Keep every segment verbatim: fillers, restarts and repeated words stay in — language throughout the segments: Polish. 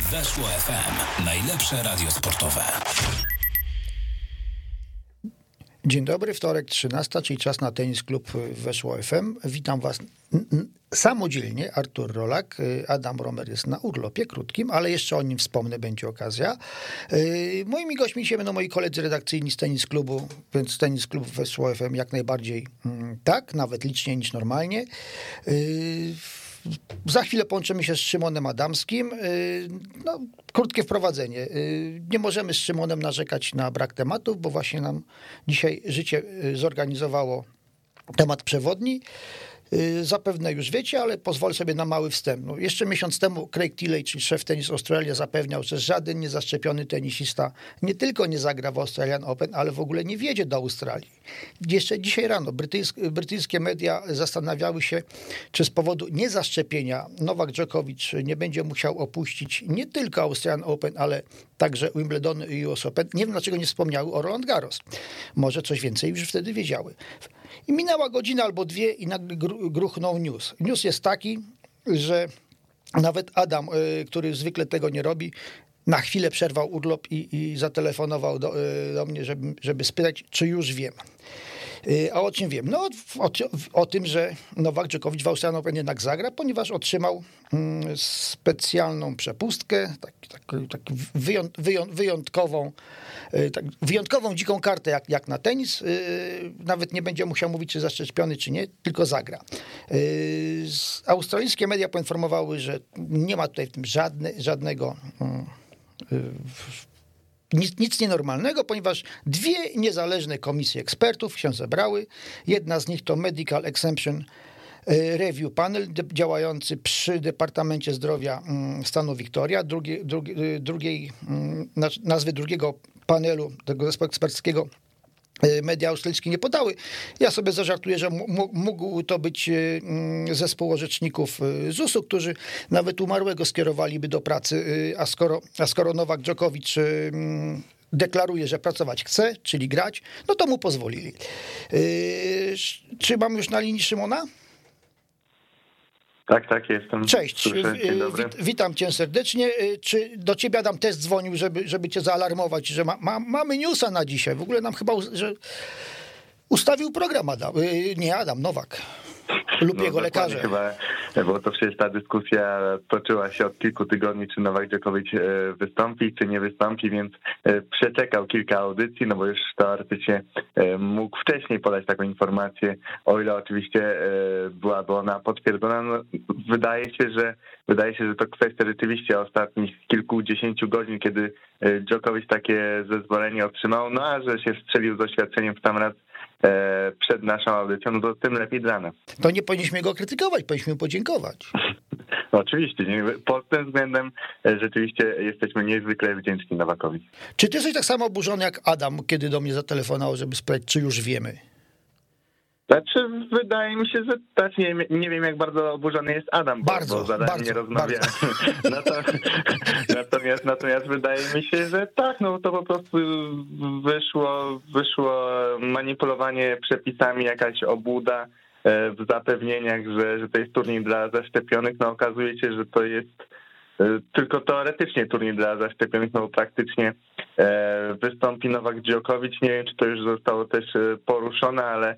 Weszło F M. Najlepsze radio sportowe. Dzień dobry, wtorek trzynasta, czyli czas na Tenis Klub Weszło F M. Witam Was samodzielnie, Artur Rolak. Adam Romer jest na urlopie krótkim, ale jeszcze o nim wspomnę, będzie okazja. Moimi gośćmi dzisiaj będą moi koledzy redakcyjni z Tenis Klubu, więc Tenis Klub Weszło F M jak najbardziej tak, nawet liczniej niż normalnie. Za chwilę połączymy się z Szymonem Adamskim. No, krótkie wprowadzenie. Nie możemy z Szymonem narzekać na brak tematów, bo właśnie nam dzisiaj życie zorganizowało temat przewodni. Zapewne już wiecie, ale pozwolę sobie na mały wstęp. No, jeszcze miesiąc temu Craig Tilley, czyli szef Tennis Australia, zapewniał, że żaden niezaszczepiony tenisista nie tylko nie zagra w Australian Open, ale w ogóle nie wjedzie do Australii. Jeszcze dzisiaj rano brytyjskie, brytyjskie media zastanawiały się, czy z powodu niezaszczepienia Nowak Djokovic nie będzie musiał opuścić nie tylko Australian Open, ale także Wimbledon i U S Open. Nie wiem, dlaczego nie wspomniały o Roland Garros. Może coś więcej już wtedy wiedziały. I minęła godzina albo dwie i nagle gruchnął news. News jest taki, że nawet Adam, który zwykle tego nie robi, na chwilę przerwał urlop i, i zatelefonował do, do mnie, żeby, żeby spytać, czy już wiem. A o czym wiem? No o, o tym, że Nowak Djokovic w Australian Open jednak zagra, ponieważ otrzymał specjalną przepustkę, tak, tak, tak wyjąt, wyjąt, wyjątkową, tak, wyjątkową dziką kartę jak, jak na tenis. Nawet nie będzie musiał mówić, czy zaszczepiony, czy nie, tylko zagra. Australijskie media poinformowały, że nie ma tutaj w tym żadne, żadnego Nic, nic nienormalnego, ponieważ dwie niezależne komisje ekspertów się zebrały. Jedna z nich to Medical Exemption Review Panel, działający przy Departamencie Zdrowia stanu Victoria. Drugie, drugie, drugiej, nazwy drugiego panelu, tego zespołu eksperckiego, media australijskie nie podały. Ja sobie zażartuję, że mógł to być zespół orzeczników z U S u, którzy nawet umarłego skierowaliby do pracy, a skoro, a skoro Nowak Djokovic deklaruje, że pracować chce, czyli grać, no to mu pozwolili. Czy mam już na linii Szymona? Tak, tak, jestem. Cześć, Wit, witam cię serdecznie. Czy do ciebie Adam też dzwonił, żeby, żeby cię zaalarmować, że ma, ma, mamy newsa na dzisiaj? W ogóle nam chyba że ustawił program Adam, nie Adam, Nowak lub no, jego lekarze. Chyba, bo to przecież ta dyskusja toczyła się od kilku tygodni, czy Nowak Djokovic wystąpi, czy nie wystąpi, więc przeczekał kilka audycji, no bo już teoretycznie mógł wcześniej podać taką informację, o ile oczywiście byłaby ona potwierdzona. No, wydaje się, że wydaje się, że to kwestia rzeczywiście ostatnich kilkudziesięciu godzin, kiedy Djokovic takie zezwolenie otrzymał, no a że się strzelił z oświadczeniem w sam raz przed naszą audycją, no to tym lepiej dla nas. To nie powinniśmy go krytykować, powinniśmy mu podziękować. Oczywiście, pod tym względem rzeczywiście jesteśmy niezwykle wdzięczni Nowakowi. Czy ty jesteś tak samo oburzony jak Adam, kiedy do mnie zatelefonował, żeby sprawdzić, czy już wiemy? Znaczy, wydaje mi się, że tak, nie, nie wiem, jak bardzo oburzony jest Adam, bardzo, bo zaraz bardzo, nie rozmawiamy. natomiast, natomiast wydaje mi się, że tak, no to po prostu wyszło, wyszło manipulowanie przepisami, jakaś obłuda w zapewnieniach, że, że to jest turniej dla zaszczepionych. No okazuje się, że to jest tylko teoretycznie turniej dla zaszczepionych, no bo praktycznie wystąpi Nowak Djokovic. Nie wiem, czy to już zostało też poruszone, ale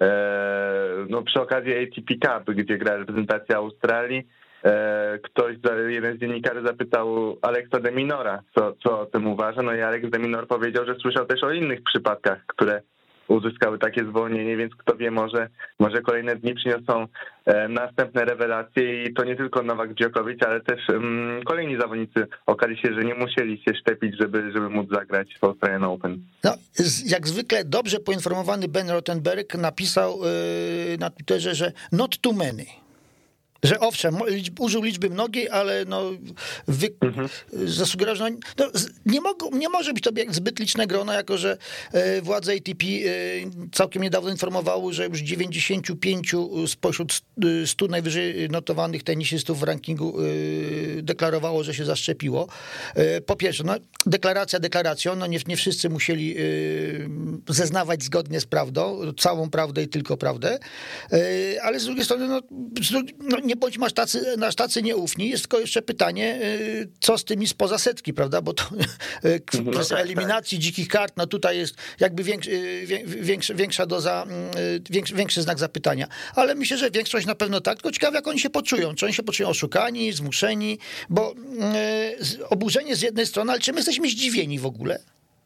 no przy okazji A T P Cup, gdzie gra reprezentacja Australii, ktoś, jeden z dziennikarzy zapytał Alexa de Minora, co, co o tym uważa, no i Alex de Minor powiedział, że słyszał też o innych przypadkach, które uzyskały takie zwolnienie, więc kto wie, może, może kolejne dni przyniosą następne rewelacje i to nie tylko Nowak Djokovic, ale też um, kolejni zawodnicy okazali się, że nie musieli się szczepić, żeby, żeby móc zagrać w Australian Open. No, jak zwykle dobrze poinformowany Ben Rothenberg napisał yy, na Twitterze, że not too many. Że owszem, użył liczby mnogiej, ale no, wy, mhm. zasugerował, że no, no, nie, mogą, nie może być to zbyt liczne grono, jako że władze A T P całkiem niedawno informowały, że już dziewięćdziesiąt pięć spośród stu najwyżej notowanych tenisistów w rankingu deklarowało, że się zaszczepiło. Po pierwsze, no, deklaracja deklaracją, no nie, nie wszyscy musieli zeznawać zgodnie z prawdą, całą prawdę i tylko prawdę, ale z drugiej strony no, no, nie nie bądźmy aż tacy, aż tacy nieufni, jest tylko jeszcze pytanie, co z tymi spoza setki, prawda, bo to kwestia eliminacji dzikich kart, no tutaj jest jakby większy, większa, większa doza, większy, większy znak zapytania, ale myślę, że większość na pewno tak, tylko ciekawe jak oni się poczują, czy oni się poczują oszukani, zmuszeni, bo oburzenie z jednej strony, ale czy my jesteśmy zdziwieni w ogóle?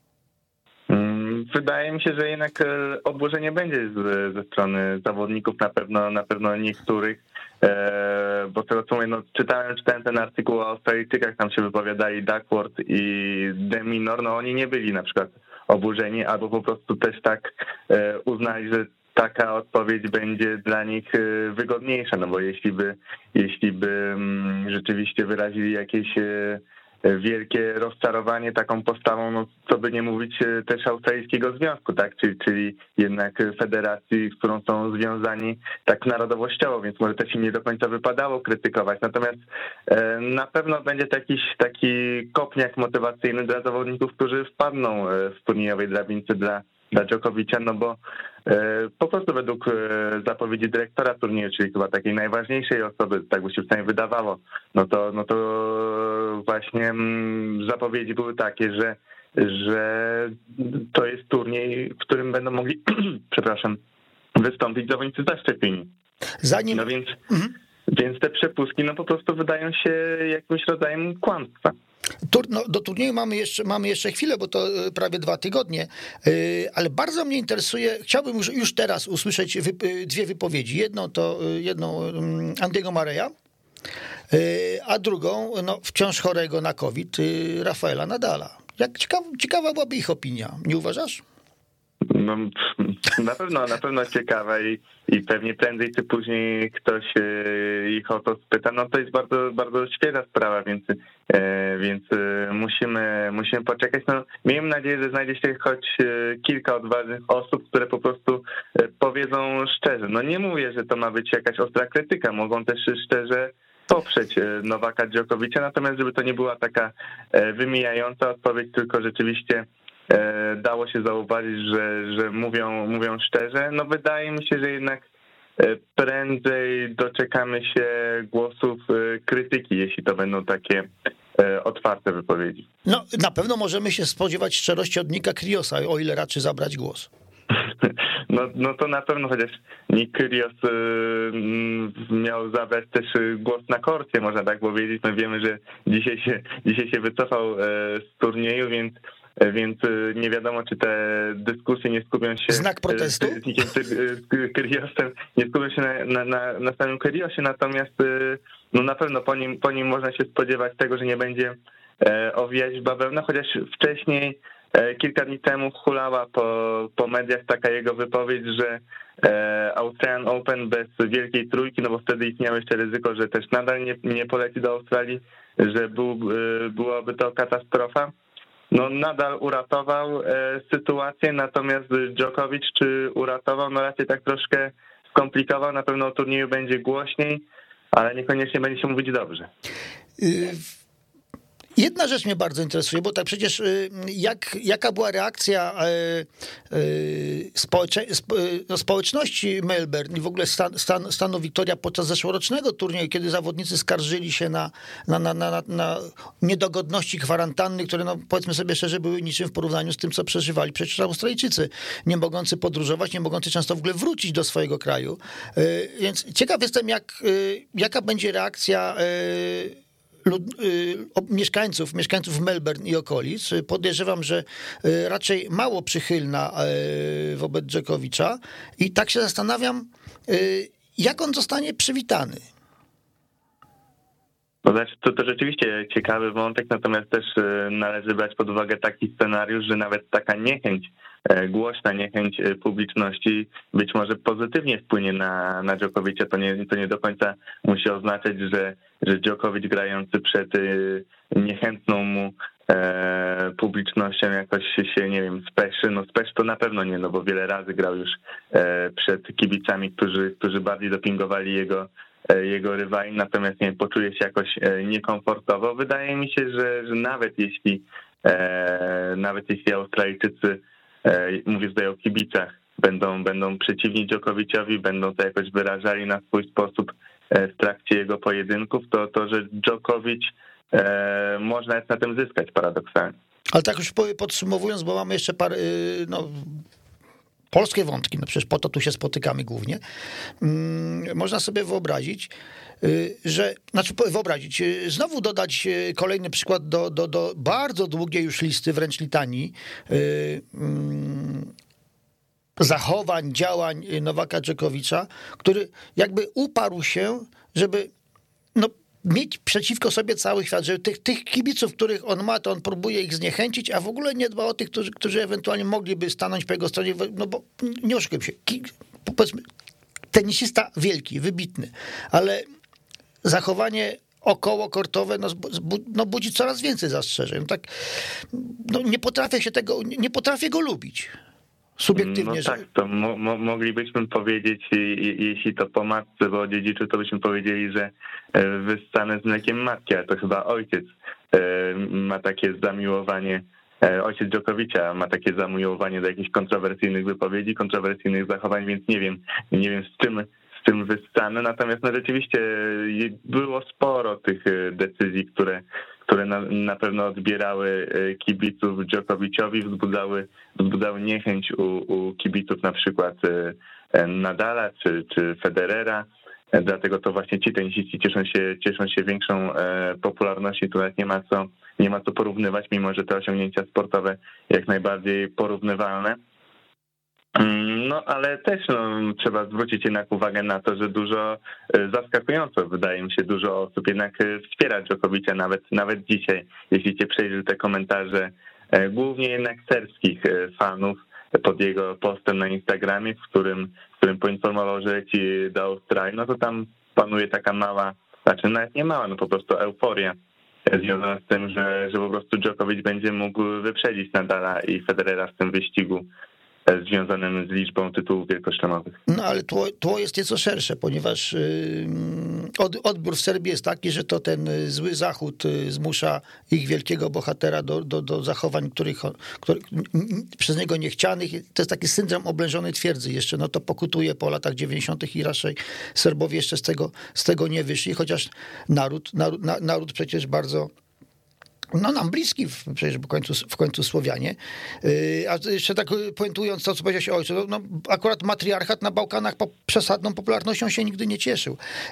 Wydaje mi się, że jednak oburzenie będzie z, ze strony zawodników, na pewno, na pewno niektórych, e, bo tego co mówię, no, czytałem, czytałem ten artykuł o Australijczykach, tam się wypowiadali Duckworth i De Minaur, no oni nie byli na przykład oburzeni, albo po prostu też tak e, uznali, że taka odpowiedź będzie dla nich wygodniejsza, no bo jeśli by, jeśli by rzeczywiście wyrazili jakieś wielkie rozczarowanie taką postawą, no co by nie mówić też australijskiego związku, tak, czyli, czyli jednak federacji, z którą są związani tak narodowościowo, więc może też im nie do końca wypadało krytykować, natomiast na pewno będzie to jakiś taki kopniak motywacyjny dla zawodników, którzy wpadną w turniejowej drabince dla dla Djokovicia, no bo po prostu według zapowiedzi dyrektora turnieju, czyli chyba takiej najważniejszej osoby, tak by się przynajmniej wydawało, no to, no to właśnie zapowiedzi były takie, że, że to jest turniej, w którym będą mogli, przepraszam, wystąpić zawodnicy zaszczepieni. Zanim... No więc, mhm. więc te przepustki no po prostu wydają się jakimś rodzajem kłamstwa. No, do turnieju mamy jeszcze, mamy jeszcze chwilę, bo to prawie dwa tygodnie, ale bardzo mnie interesuje, chciałbym już, już teraz usłyszeć dwie wypowiedzi. Jedną to jedną Andy'ego Murray'a, a drugą no, wciąż chorego na COVID Rafaela Nadala. Jak ciekawa, ciekawa byłaby ich opinia, nie uważasz? No, na pewno, na pewno ciekawe i, i pewnie prędzej czy później ktoś ich o to spyta. No to jest bardzo, bardzo świeża sprawa, więc, więc musimy, musimy poczekać. No, miejmy nadzieję, że znajdzie się choć kilka odważnych osób, które po prostu powiedzą szczerze. No nie mówię, że to ma być jakaś ostra krytyka, mogą też szczerze poprzeć Nowaka Djokovicia, natomiast żeby to nie była taka wymijająca odpowiedź, tylko rzeczywiście dało się zauważyć, że, że mówią, mówią szczerze. No wydaje mi się, że jednak prędzej doczekamy się głosów krytyki, jeśli to będą takie otwarte wypowiedzi. No na pewno możemy się spodziewać szczerości od Nika Kyrgiosa, o ile raczy zabrać głos. No, no to na pewno, chociaż Nick Kyrgios miał zabrać też głos na korcie, można tak powiedzieć. My wiemy, że dzisiaj się, dzisiaj się wycofał z turnieju, więc więc nie wiadomo, czy te dyskusje nie skupią się... Znak protestu? Z Nickiem Kyrgiosem, nie skupią się na, na, na, na samym Kyrgiosie, natomiast no na pewno po nim, po nim można się spodziewać tego, że nie będzie owijać bawełna, chociaż wcześniej, kilka dni temu hulała po, po mediach taka jego wypowiedź, że Australian Open bez wielkiej trójki, no bo wtedy istniało jeszcze ryzyko, że też nadal nie, nie poleci do Australii, że był, byłaby to katastrofa. No nadal uratował e, sytuację, natomiast Djokovic czy uratował, no raczej tak troszkę skomplikował, na pewno o turnieju będzie głośniej, ale niekoniecznie będzie się mówić dobrze. Y- Jedna rzecz mnie bardzo interesuje, bo tak przecież jak, jaka była reakcja społecze, no społeczności Melbourne i w ogóle stan, stan, stanu Victoria podczas zeszłorocznego turnieju, kiedy zawodnicy skarżyli się na, na, na, na, na niedogodności kwarantanny, które no, powiedzmy sobie szczerze były niczym w porównaniu z tym, co przeżywali przecież Australijczycy, nie mogący podróżować, nie mogący często w ogóle wrócić do swojego kraju. Więc ciekaw jestem, jak, jaka będzie reakcja Lud, y, mieszkańców, mieszkańców Melbourne i okolic. Podejrzewam, że y, raczej mało przychylna y, wobec Djokovicza i tak się zastanawiam, y, jak on zostanie przywitany. No znaczy, to, to rzeczywiście ciekawy wątek, natomiast też należy brać pod uwagę taki scenariusz, że nawet taka niechęć, głośna niechęć publiczności być może pozytywnie wpłynie na, na Djokovicia. To nie, to nie do końca musi oznaczać, że, że Djokovic grający przed niechętną mu e, publicznością jakoś się, nie wiem, speszy. No speszy to na pewno nie, no bo wiele razy grał już e, przed kibicami, którzy, którzy bardziej dopingowali jego jego rywali, natomiast nie poczuje się jakoś niekomfortowo. Wydaje mi się, że, że nawet jeśli e, nawet jeśli Australijczycy, e, mówię tutaj o kibicach, będą, będą przeciwni Djokoviciowi, będą to jakoś wyrażali na swój sposób, w trakcie jego pojedynków, to to, że Djokovic e, można jest na tym zyskać paradoksalnie. Ale tak już podsumowując, bo mamy jeszcze parę, no, polskie wątki, no przecież po to tu się spotykamy głównie, można sobie wyobrazić, że, znaczy wyobrazić, znowu dodać kolejny przykład do, do, do bardzo długiej już listy, wręcz litanii, zachowań, działań Nowaka Dżokowicza, który jakby uparł się, żeby no, mieć przeciwko sobie cały świat, że tych, tych kibiców, których on ma, to on próbuje ich zniechęcić, a w ogóle nie dba o tych, którzy, którzy ewentualnie mogliby stanąć po jego stronie, no bo nie oszukujmy się, powiedzmy, tenisista wielki, wybitny, ale zachowanie okołokortowe no, no, budzi coraz więcej zastrzeżeń. Tak, no, nie potrafię się tego, nie potrafię go lubić. Subiektywnie, no że... tak, to mo, mo, moglibyśmy powiedzieć, jeśli to po matce, bo o dziedziczy, to byśmy powiedzieli, że wyssane z mlekiem matki, ale to chyba ojciec ma takie zamiłowanie, ojciec Dżokowicza ma takie zamiłowanie do jakichś kontrowersyjnych wypowiedzi, kontrowersyjnych zachowań, więc nie wiem, nie wiem z czym z tym wyssane, natomiast no rzeczywiście było sporo tych decyzji, które które na, na pewno odbierały kibiców Dżokowiciowi, wzbudzały, wzbudzały niechęć u, u kibiców na przykład Nadala czy, czy Federera, dlatego to właśnie ci tenisiści cieszą się, cieszą się większą popularnością, tu nawet nie ma co, nie ma co porównywać, mimo że te osiągnięcia sportowe jak najbardziej porównywalne. No, ale też no, trzeba zwrócić jednak uwagę na to, że dużo, zaskakująco wydaje mi się, dużo osób jednak wspiera Dżokowicza, nawet, nawet dzisiaj, jeśli się przejrzy te komentarze, głównie jednak serbskich fanów pod jego postem na Instagramie, w którym, w którym poinformował, że leci do Australii, no to tam panuje taka mała, znaczy nawet nie mała, no po prostu euforia związana z tym, że, że po prostu Dżokowicz będzie mógł wyprzedzić Nadala i Federera w tym wyścigu związanym z liczbą tytułów wielkoszlemowych. No ale tło, tło jest nieco szersze, ponieważ od, odbiór w Serbii jest taki, że to ten zły Zachód zmusza ich wielkiego bohatera do, do, do zachowań, których, których przez niego niechcianych. To jest taki syndrom oblężonej twierdzy jeszcze, no to pokutuje po latach dziewięćdziesiątych i raczej Serbowie jeszcze z tego, z tego nie wyszli, chociaż naród, naród, naród przecież bardzo no nam bliski, przecież w końcu, w końcu Słowianie. A jeszcze tak puentując to, co powiedziałeś o ojcu, no akurat matriarchat na Bałkanach po przesadną popularnością się nigdy nie cieszył.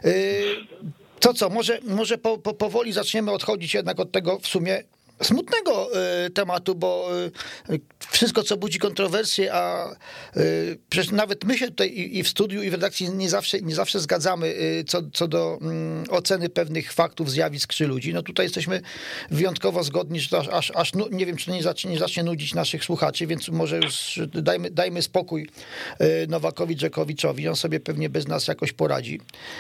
To co, może, może po, po, powoli zaczniemy odchodzić jednak od tego w sumie smutnego tematu, bo wszystko, co budzi kontrowersje, a przecież nawet my się tutaj i w studiu, i w redakcji nie zawsze, nie zawsze zgadzamy co, co do oceny pewnych faktów, zjawisk czy ludzi. No tutaj jesteśmy wyjątkowo zgodni, że to aż, aż, aż nie wiem, czy to nie zacznie, nie zacznie nudzić naszych słuchaczy, więc może już dajmy, dajmy spokój Nowakowi Dżokowiczowi, on sobie pewnie bez nas jakoś poradzi.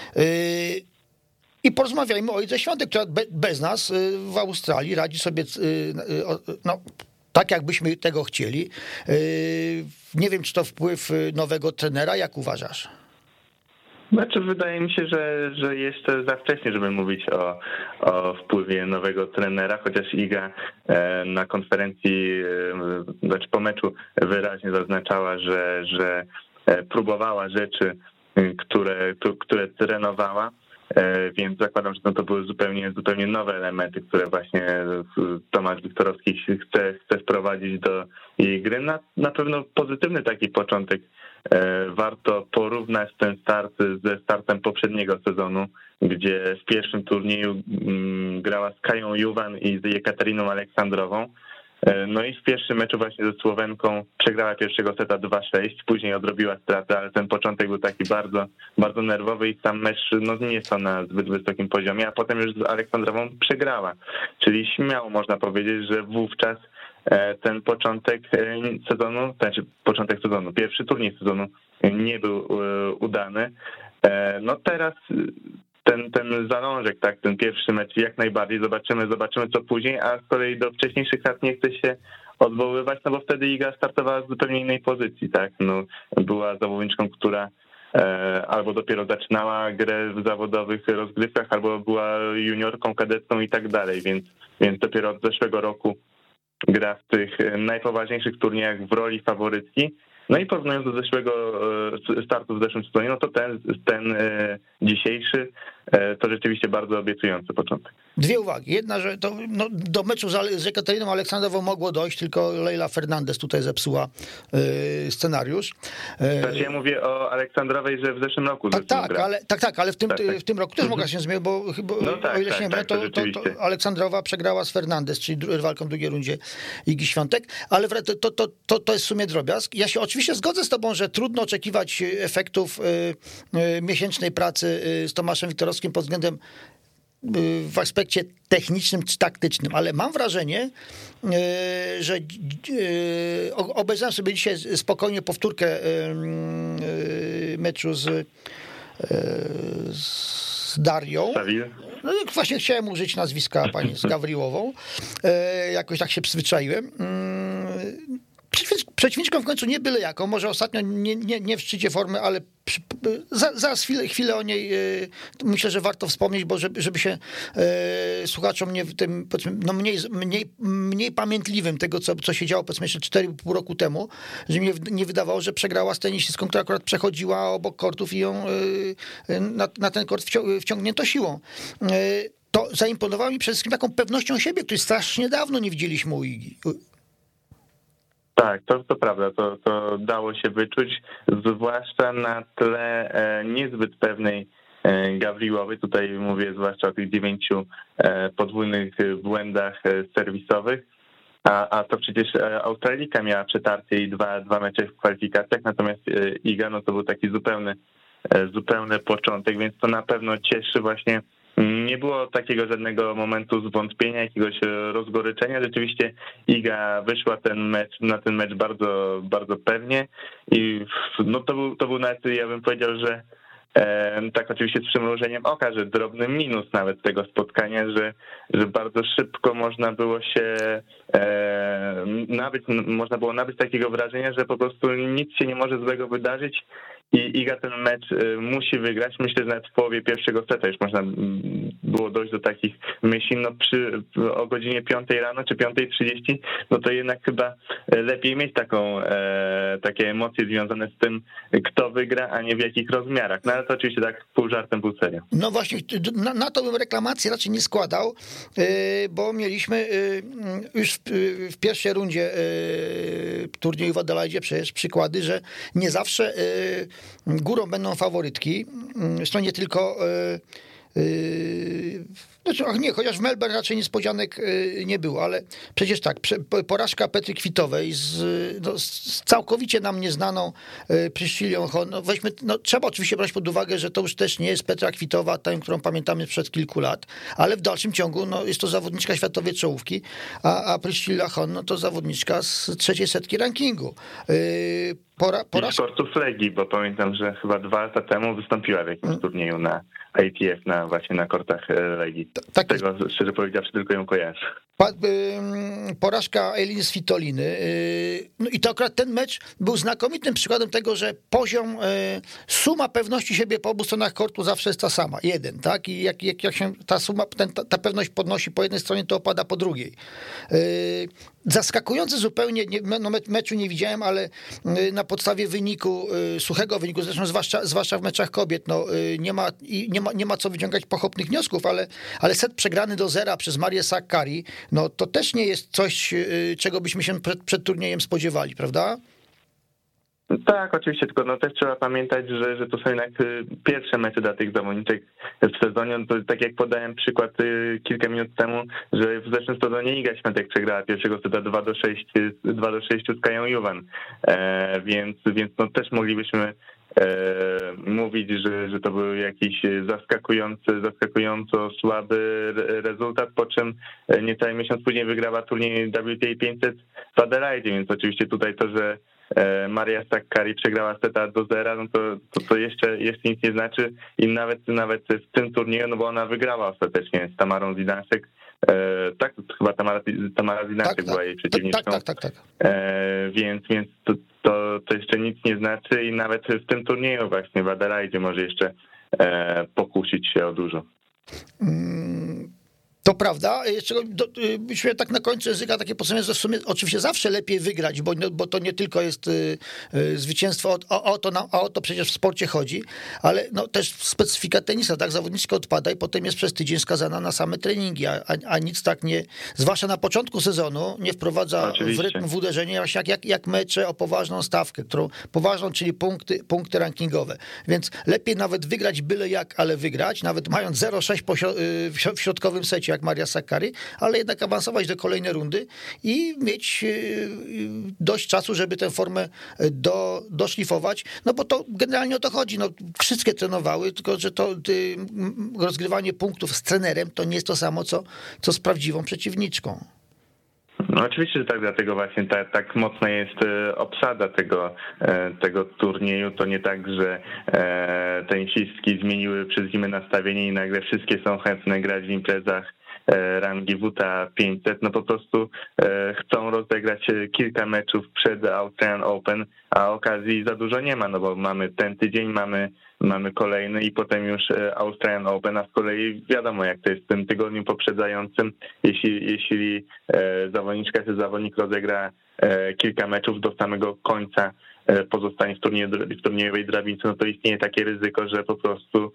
I porozmawiajmy o Idze Świątek, która bez nas w Australii radzi sobie no, tak, jakbyśmy tego chcieli. Nie wiem, czy to wpływ nowego trenera, jak uważasz? Znaczy, wydaje mi się, że, że jeszcze za wcześnie, żeby mówić o, o wpływie nowego trenera, chociaż Iga na konferencji, znaczy po meczu wyraźnie zaznaczała, że, że próbowała rzeczy, które, które trenowała. Więc zakładam, że to były zupełnie, zupełnie nowe elementy, które właśnie Tomasz Wiktorowski chce, chce wprowadzić do jej gry. Na, na pewno pozytywny taki początek. Warto porównać ten start ze startem poprzedniego sezonu, gdzie w pierwszym turnieju grała z Kają Juwan i z Jekateriną Aleksandrową. No i w pierwszym meczu właśnie ze Słowenką przegrała pierwszego seta dwa sześć, później odrobiła stratę, ale ten początek był taki bardzo, bardzo nerwowy i sam mecz no, nie są na zbyt wysokim poziomie, a potem już z Aleksandrową przegrała. Czyli śmiało można powiedzieć, że wówczas ten początek sezonu, znaczy początek sezonu, pierwszy turniej sezonu nie był udany. No teraz ten, ten zalążek, tak, ten pierwszy mecz jak najbardziej, zobaczymy, zobaczymy co później, a z kolei do wcześniejszych lat nie chce się odwoływać, no bo wtedy Iga startowała z zupełnie innej pozycji, tak, no była zawodniczką, która e, albo dopiero zaczynała grę w zawodowych rozgrywkach, albo była juniorką, kadetką i tak dalej, więc, więc dopiero od zeszłego roku gra w tych najpoważniejszych turniejach w roli faworytki. No i porównując do zeszłego startu w zeszłym sezonie, no to ten, ten dzisiejszy to rzeczywiście bardzo obiecujący początek. Dwie uwagi. Jedna, że to, no, do meczu z Jekateriną Aleksandrową mogło dojść, tylko Leila Fernandez tutaj zepsuła y, scenariusz. Znaczy ja mówię o Aleksandrowej, że w zeszłym roku tak, tak, ale, tak, tak, ale w tym, tak, tak. w tym roku też mogła się zmienić, bo chyba, no tak, o ile tak, się nie tak, mylę, to, to, to Aleksandrowa przegrała z Fernandez, czyli rywalką w drugiej rundzie Igi Świątek, ale to, to, to, to jest w sumie drobiazg. Ja się oczywiście zgodzę z tobą, że trudno oczekiwać efektów y, y, miesięcznej pracy z Tomaszem Wiktorowskim pod względem w aspekcie technicznym czy taktycznym, ale mam wrażenie, że obejrzałem sobie dzisiaj spokojnie powtórkę meczu z, z Darią. No, właśnie chciałem użyć nazwiska pani z Gawriłową. Jakoś tak się przyzwyczaiłem. Przeciwniczką w końcu nie byle jaką, może ostatnio nie, nie, nie w szczycie formy, ale przy, za, zaraz chwilę, chwilę o niej yy, myślę, że warto wspomnieć, bo żeby, żeby się yy, słuchaczom nie w tym, no mniej, mniej, mniej pamiętliwym tego, co, co się działo powiedzmy jeszcze cztery i pół roku temu, że mi nie wydawało, że przegrała z tenisistką, która akurat przechodziła obok kortów i ją yy, na, na ten kort wcią, wciągnięto siłą. Yy, to zaimponowało mi przede wszystkim taką pewnością siebie, której strasznie dawno nie widzieliśmy u Igi. Tak, to, to prawda, to, to dało się wyczuć, zwłaszcza na tle e, niezbyt pewnej e, Gawriłowej, tutaj mówię zwłaszcza o tych dziewięciu e, podwójnych błędach e, serwisowych, a, a to przecież Australika miała przetarcie i dwa, dwa mecze w kwalifikacjach, natomiast e, Iga no to był taki zupełny, e, zupełny początek, więc to na pewno cieszy właśnie. Nie było takiego żadnego momentu zwątpienia, jakiegoś rozgoryczenia. Rzeczywiście Iga wyszła ten mecz, na ten mecz bardzo, bardzo pewnie i no to był, to był nawet, ja bym powiedział, że e, tak oczywiście z przymrużeniem oka, że drobny minus nawet tego spotkania, że, że bardzo szybko można było się e, nabyć, można było nabyć takiego wrażenia, że po prostu nic się nie może złego wydarzyć. I Iga ten mecz musi wygrać. Myślę, że nawet w połowie pierwszego seta już można było dojść do takich myśli. No przy, o godzinie piątej rano czy piątej trzydzieści, no to jednak chyba lepiej mieć taką, e, takie emocje związane z tym, kto wygra, a nie w jakich rozmiarach. No ale to oczywiście tak pół żartem, pół serio. No właśnie, na, na to bym reklamacji raczej nie składał, bo mieliśmy już w, w pierwszej rundzie turnieju w Adelaidzie przecież przykłady, że nie zawsze górą będą faworytki, zresztą nie tylko, znaczy, ach nie, chociaż w Melbourne raczej niespodzianek nie było, ale przecież tak, porażka Petry Kwitowej z, no, z całkowicie nam nieznaną Priscillą Hon, no weźmy, no trzeba oczywiście brać pod uwagę, że to już też nie jest Petra Kwitowa, tę, którą pamiętamy sprzed kilku lat, ale w dalszym ciągu no, jest to zawodniczka światowej czołówki, a, a Priscilla Hon no, to zawodniczka z trzeciej setki rankingu. Pora, pora... I z kortów Legii, bo pamiętam, że chyba dwa lata temu wystąpiła w jakimś hmm. turnieju na I T F, na, właśnie na kortach Legii. Tak, tego jest. Szczerze powiedziawszy tylko ją kojarzę. Porażka Eliny Svitoliny. No i to akurat ten mecz był znakomitym przykładem tego, że poziom, suma pewności siebie po obu stronach kortu zawsze jest ta sama. Jeden, tak? I jak, jak, jak się ta suma, ten, ta, ta pewność podnosi po jednej stronie, to opada po drugiej. Zaskakujący zupełnie, no meczu nie widziałem, ale na podstawie wyniku, suchego wyniku, zresztą zwłaszcza, zwłaszcza w meczach kobiet, no nie ma, nie ma, nie ma co wyciągać pochopnych wniosków, ale, ale set przegrany do zera przez Marię Sakkari, no to też nie jest coś, czego byśmy się przed, przed turniejem spodziewali, prawda? Tak, oczywiście, tylko no też trzeba pamiętać, że, że to są jednak pierwsze mecze dla tych zawodniczek w sezonie. To, tak jak podałem przykład kilka minut temu, że w zeszłym sezonie Iga Świątek przegrała pierwszego seta dwa do sześciu z Kają Juwan, e, więc, więc no też moglibyśmy e, mówić, że, że to był jakiś zaskakujący, zaskakująco słaby rezultat, po czym niecały miesiąc później wygrała turniej W T A pięćset w Adelaide, więc oczywiście tutaj to, że Maria Sakkari przegrała seta do zera, no to, to, to jeszcze, jeszcze nic nie znaczy i nawet, nawet w tym turnieju, no bo ona wygrała ostatecznie z Tamarą Zidansek, e, tak, chyba Tamara, Tamara Zidansek tak, była tak, jej przeciwniczką, tak, tak, tak, tak. E, więc, więc to, to, to jeszcze nic nie znaczy i nawet w tym turnieju właśnie w Adelaide może jeszcze e, pokusić się o dużo. Mm. To prawda. Jeszcze do, myśmy tak na końcu języka takie podsumowanie, że w sumie oczywiście zawsze lepiej wygrać, bo, bo to nie tylko jest y, y, zwycięstwo, o, o, o, to nam, o to przecież w sporcie chodzi, ale no, też specyfika tenisa, tak? Zawodniczka odpada i potem jest przez tydzień skazana na same treningi, a, a nic tak nie, zwłaszcza na początku sezonu, nie wprowadza Oczywiście. w rytm, w uderzenie, właśnie jak, jak, jak mecze o poważną stawkę, którą poważną, czyli punkty, punkty rankingowe. Więc lepiej nawet wygrać byle jak, ale wygrać, nawet mając zero sześć po, w środkowym secie, jak Maria Sakkari, ale jednak awansować do kolejnej rundy i mieć dość czasu, żeby tę formę do, doszlifować, no bo to generalnie o to chodzi. No, wszystkie trenowały, tylko że to ty, rozgrywanie punktów z trenerem to nie jest to samo, co, co z prawdziwą przeciwniczką. No oczywiście, że tak, dlatego właśnie tak, tak mocna jest obsada tego, tego turnieju. To nie tak, że tenisistki zmieniły przez zimę nastawienie i nagle wszystkie są chętne grać w imprezach rangi W T A pięćset, no po prostu chcą rozegrać kilka meczów przed Australian Open, a okazji za dużo nie ma, no bo mamy ten tydzień, mamy mamy kolejny i potem już Australian Open, a z kolei wiadomo jak to jest w tym tygodniu poprzedzającym, jeśli, jeśli zawodniczka czy zawodnik rozegra kilka meczów do samego końca, pozostanie w, turnieju, w turniejowej drabince, no to istnieje takie ryzyko, że po prostu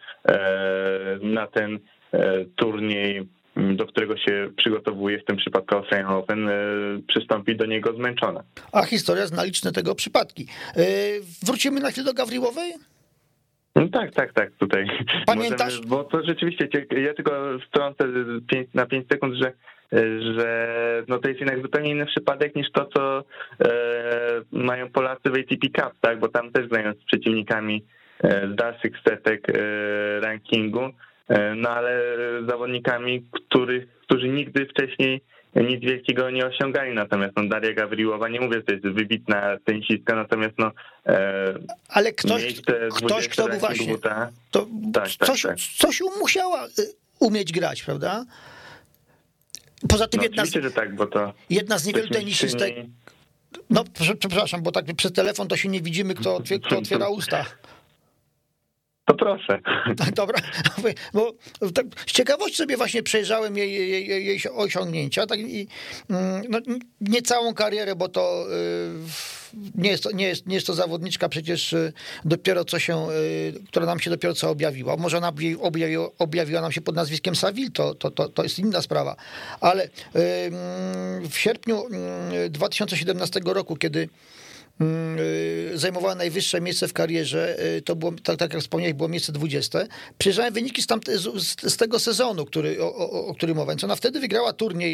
na ten turniej, do którego się przygotowuje, w tym przypadku Australian Open, przystąpi do niego zmęczona. A historia zna liczne tego przypadki. Wrócimy na chwilę do Gawriłowej? No tak, tak, tak, tutaj. Pamiętasz? Możemy, bo to rzeczywiście, ja tylko wtrącę na pięć sekund, że, że no to jest jednak zupełnie inny przypadek niż to, co e, mają Polacy w A T P Cup, tak, bo tam też grają z przeciwnikami z dalszych setek e, rankingu, e, no ale zawodnikami, których, którzy nigdy wcześniej nic wielkiego nie osiągali, natomiast no, Daria Gawriłowa, nie mówię, że to jest wybitna tenisistka, natomiast no e, ale ktoś, ktoś kto był właśnie, to tak, coś, tak, tak. coś musiała umieć grać, prawda? Poza tym no, jedna, z, że tak, bo to jedna z niewielu tenisistek, no przepraszam, bo tak przez telefon to się nie widzimy, kto, otwier, kto otwiera usta. To proszę. Dobra, bo tak z ciekawości sobie właśnie przejrzałem jej, jej, jej osiągnięcia, tak i no, nie całą karierę, bo to nie jest to, nie jest, nie jest to zawodniczka przecież dopiero co się, która nam się dopiero co objawiła. Może ona objawiła, objawiła nam się pod nazwiskiem Saville, to, to, to, to jest inna sprawa, ale w sierpniu dwa tysiące siedemnastego roku, kiedy zajmowała najwyższe miejsce w karierze, to było, tak, tak jak wspomniałeś, było miejsce dwudzieste. Przyjrzałem wyniki z, tamte, z, z tego sezonu, który, o, o, o którym mowa. Więc ona wtedy wygrała turniej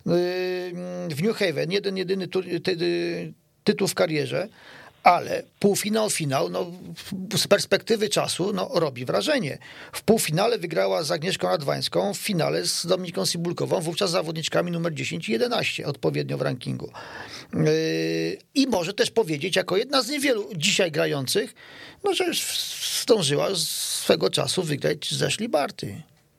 w New Haven, jeden, jedyny tur, ty, tytuł w karierze, ale półfinał, finał, no, z perspektywy czasu no, robi wrażenie. W półfinale wygrała z Agnieszką Radwańską, w finale z Dominiką Cibulkową, wówczas zawodniczkami numer dziesięć i jedenaście odpowiednio w rankingu. I może też powiedzieć, jako jedna z niewielu dzisiaj grających, no, że już zdążyła swego czasu wygrać z Ashley Barty.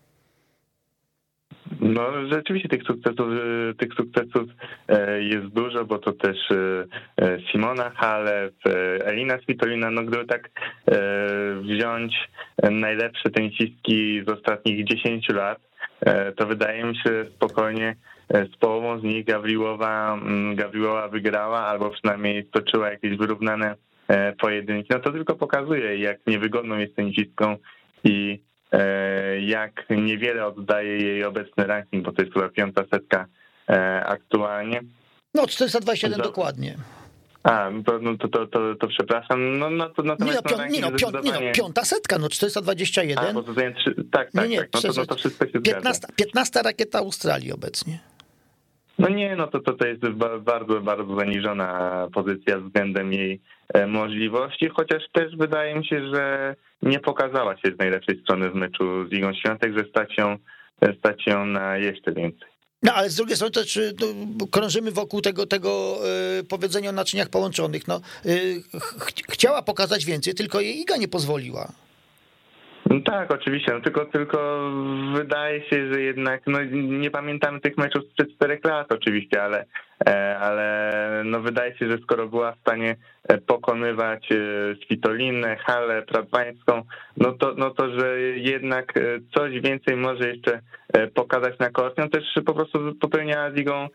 No rzeczywiście tych sukcesów, tych sukcesów jest dużo, bo to też Simona Halep, Elina Svitolina, no gdyby tak wziąć najlepsze tenisistki z ostatnich dziesięciu lat, to wydaje mi się, że spokojnie z połową z nich Gawriłowa, Gawriłowa wygrała, albo przynajmniej stoczyła jakieś wyrównane pojedynki. No to tylko pokazuje, jak niewygodną jest tenisistką i jak niewiele oddaje jej obecny ranking, bo to jest chyba piąta setka aktualnie. No czterysta dwadzieścia jeden dokładnie. A, to, no, to, to, to, to przepraszam. No, no, to, natomiast nie, no, pią, nie, no, pią, nie no, piąta setka, no czterysta dwadzieścia jeden. A, bo to jest trzy, tak, tak, nie, nie, tak. No, to, no to wszystko się piętnasta, piętnasta rakieta Australii obecnie. No nie, no to, to, to jest bardzo, bardzo zaniżona pozycja względem jej możliwości, chociaż też wydaje mi się, że nie pokazała się z najlepszej strony w meczu z Igą Świątek, że stać się, stać się na jeszcze więcej. No ale z drugiej strony też no, krążymy wokół tego, tego y, powiedzenia o naczyniach połączonych. No, y, ch- chciała pokazać więcej, tylko jej Iga nie pozwoliła. No tak, oczywiście, no tylko, tylko wydaje się, że jednak, no nie pamiętamy tych meczów sprzed czterech lat oczywiście, ale, ale no wydaje się, że skoro była w stanie pokonywać Svitolinę, Halę, Pradwańską, no to, no to, że jednak coś więcej może jeszcze pokazać na kort, no też po prostu popełniała z ligą.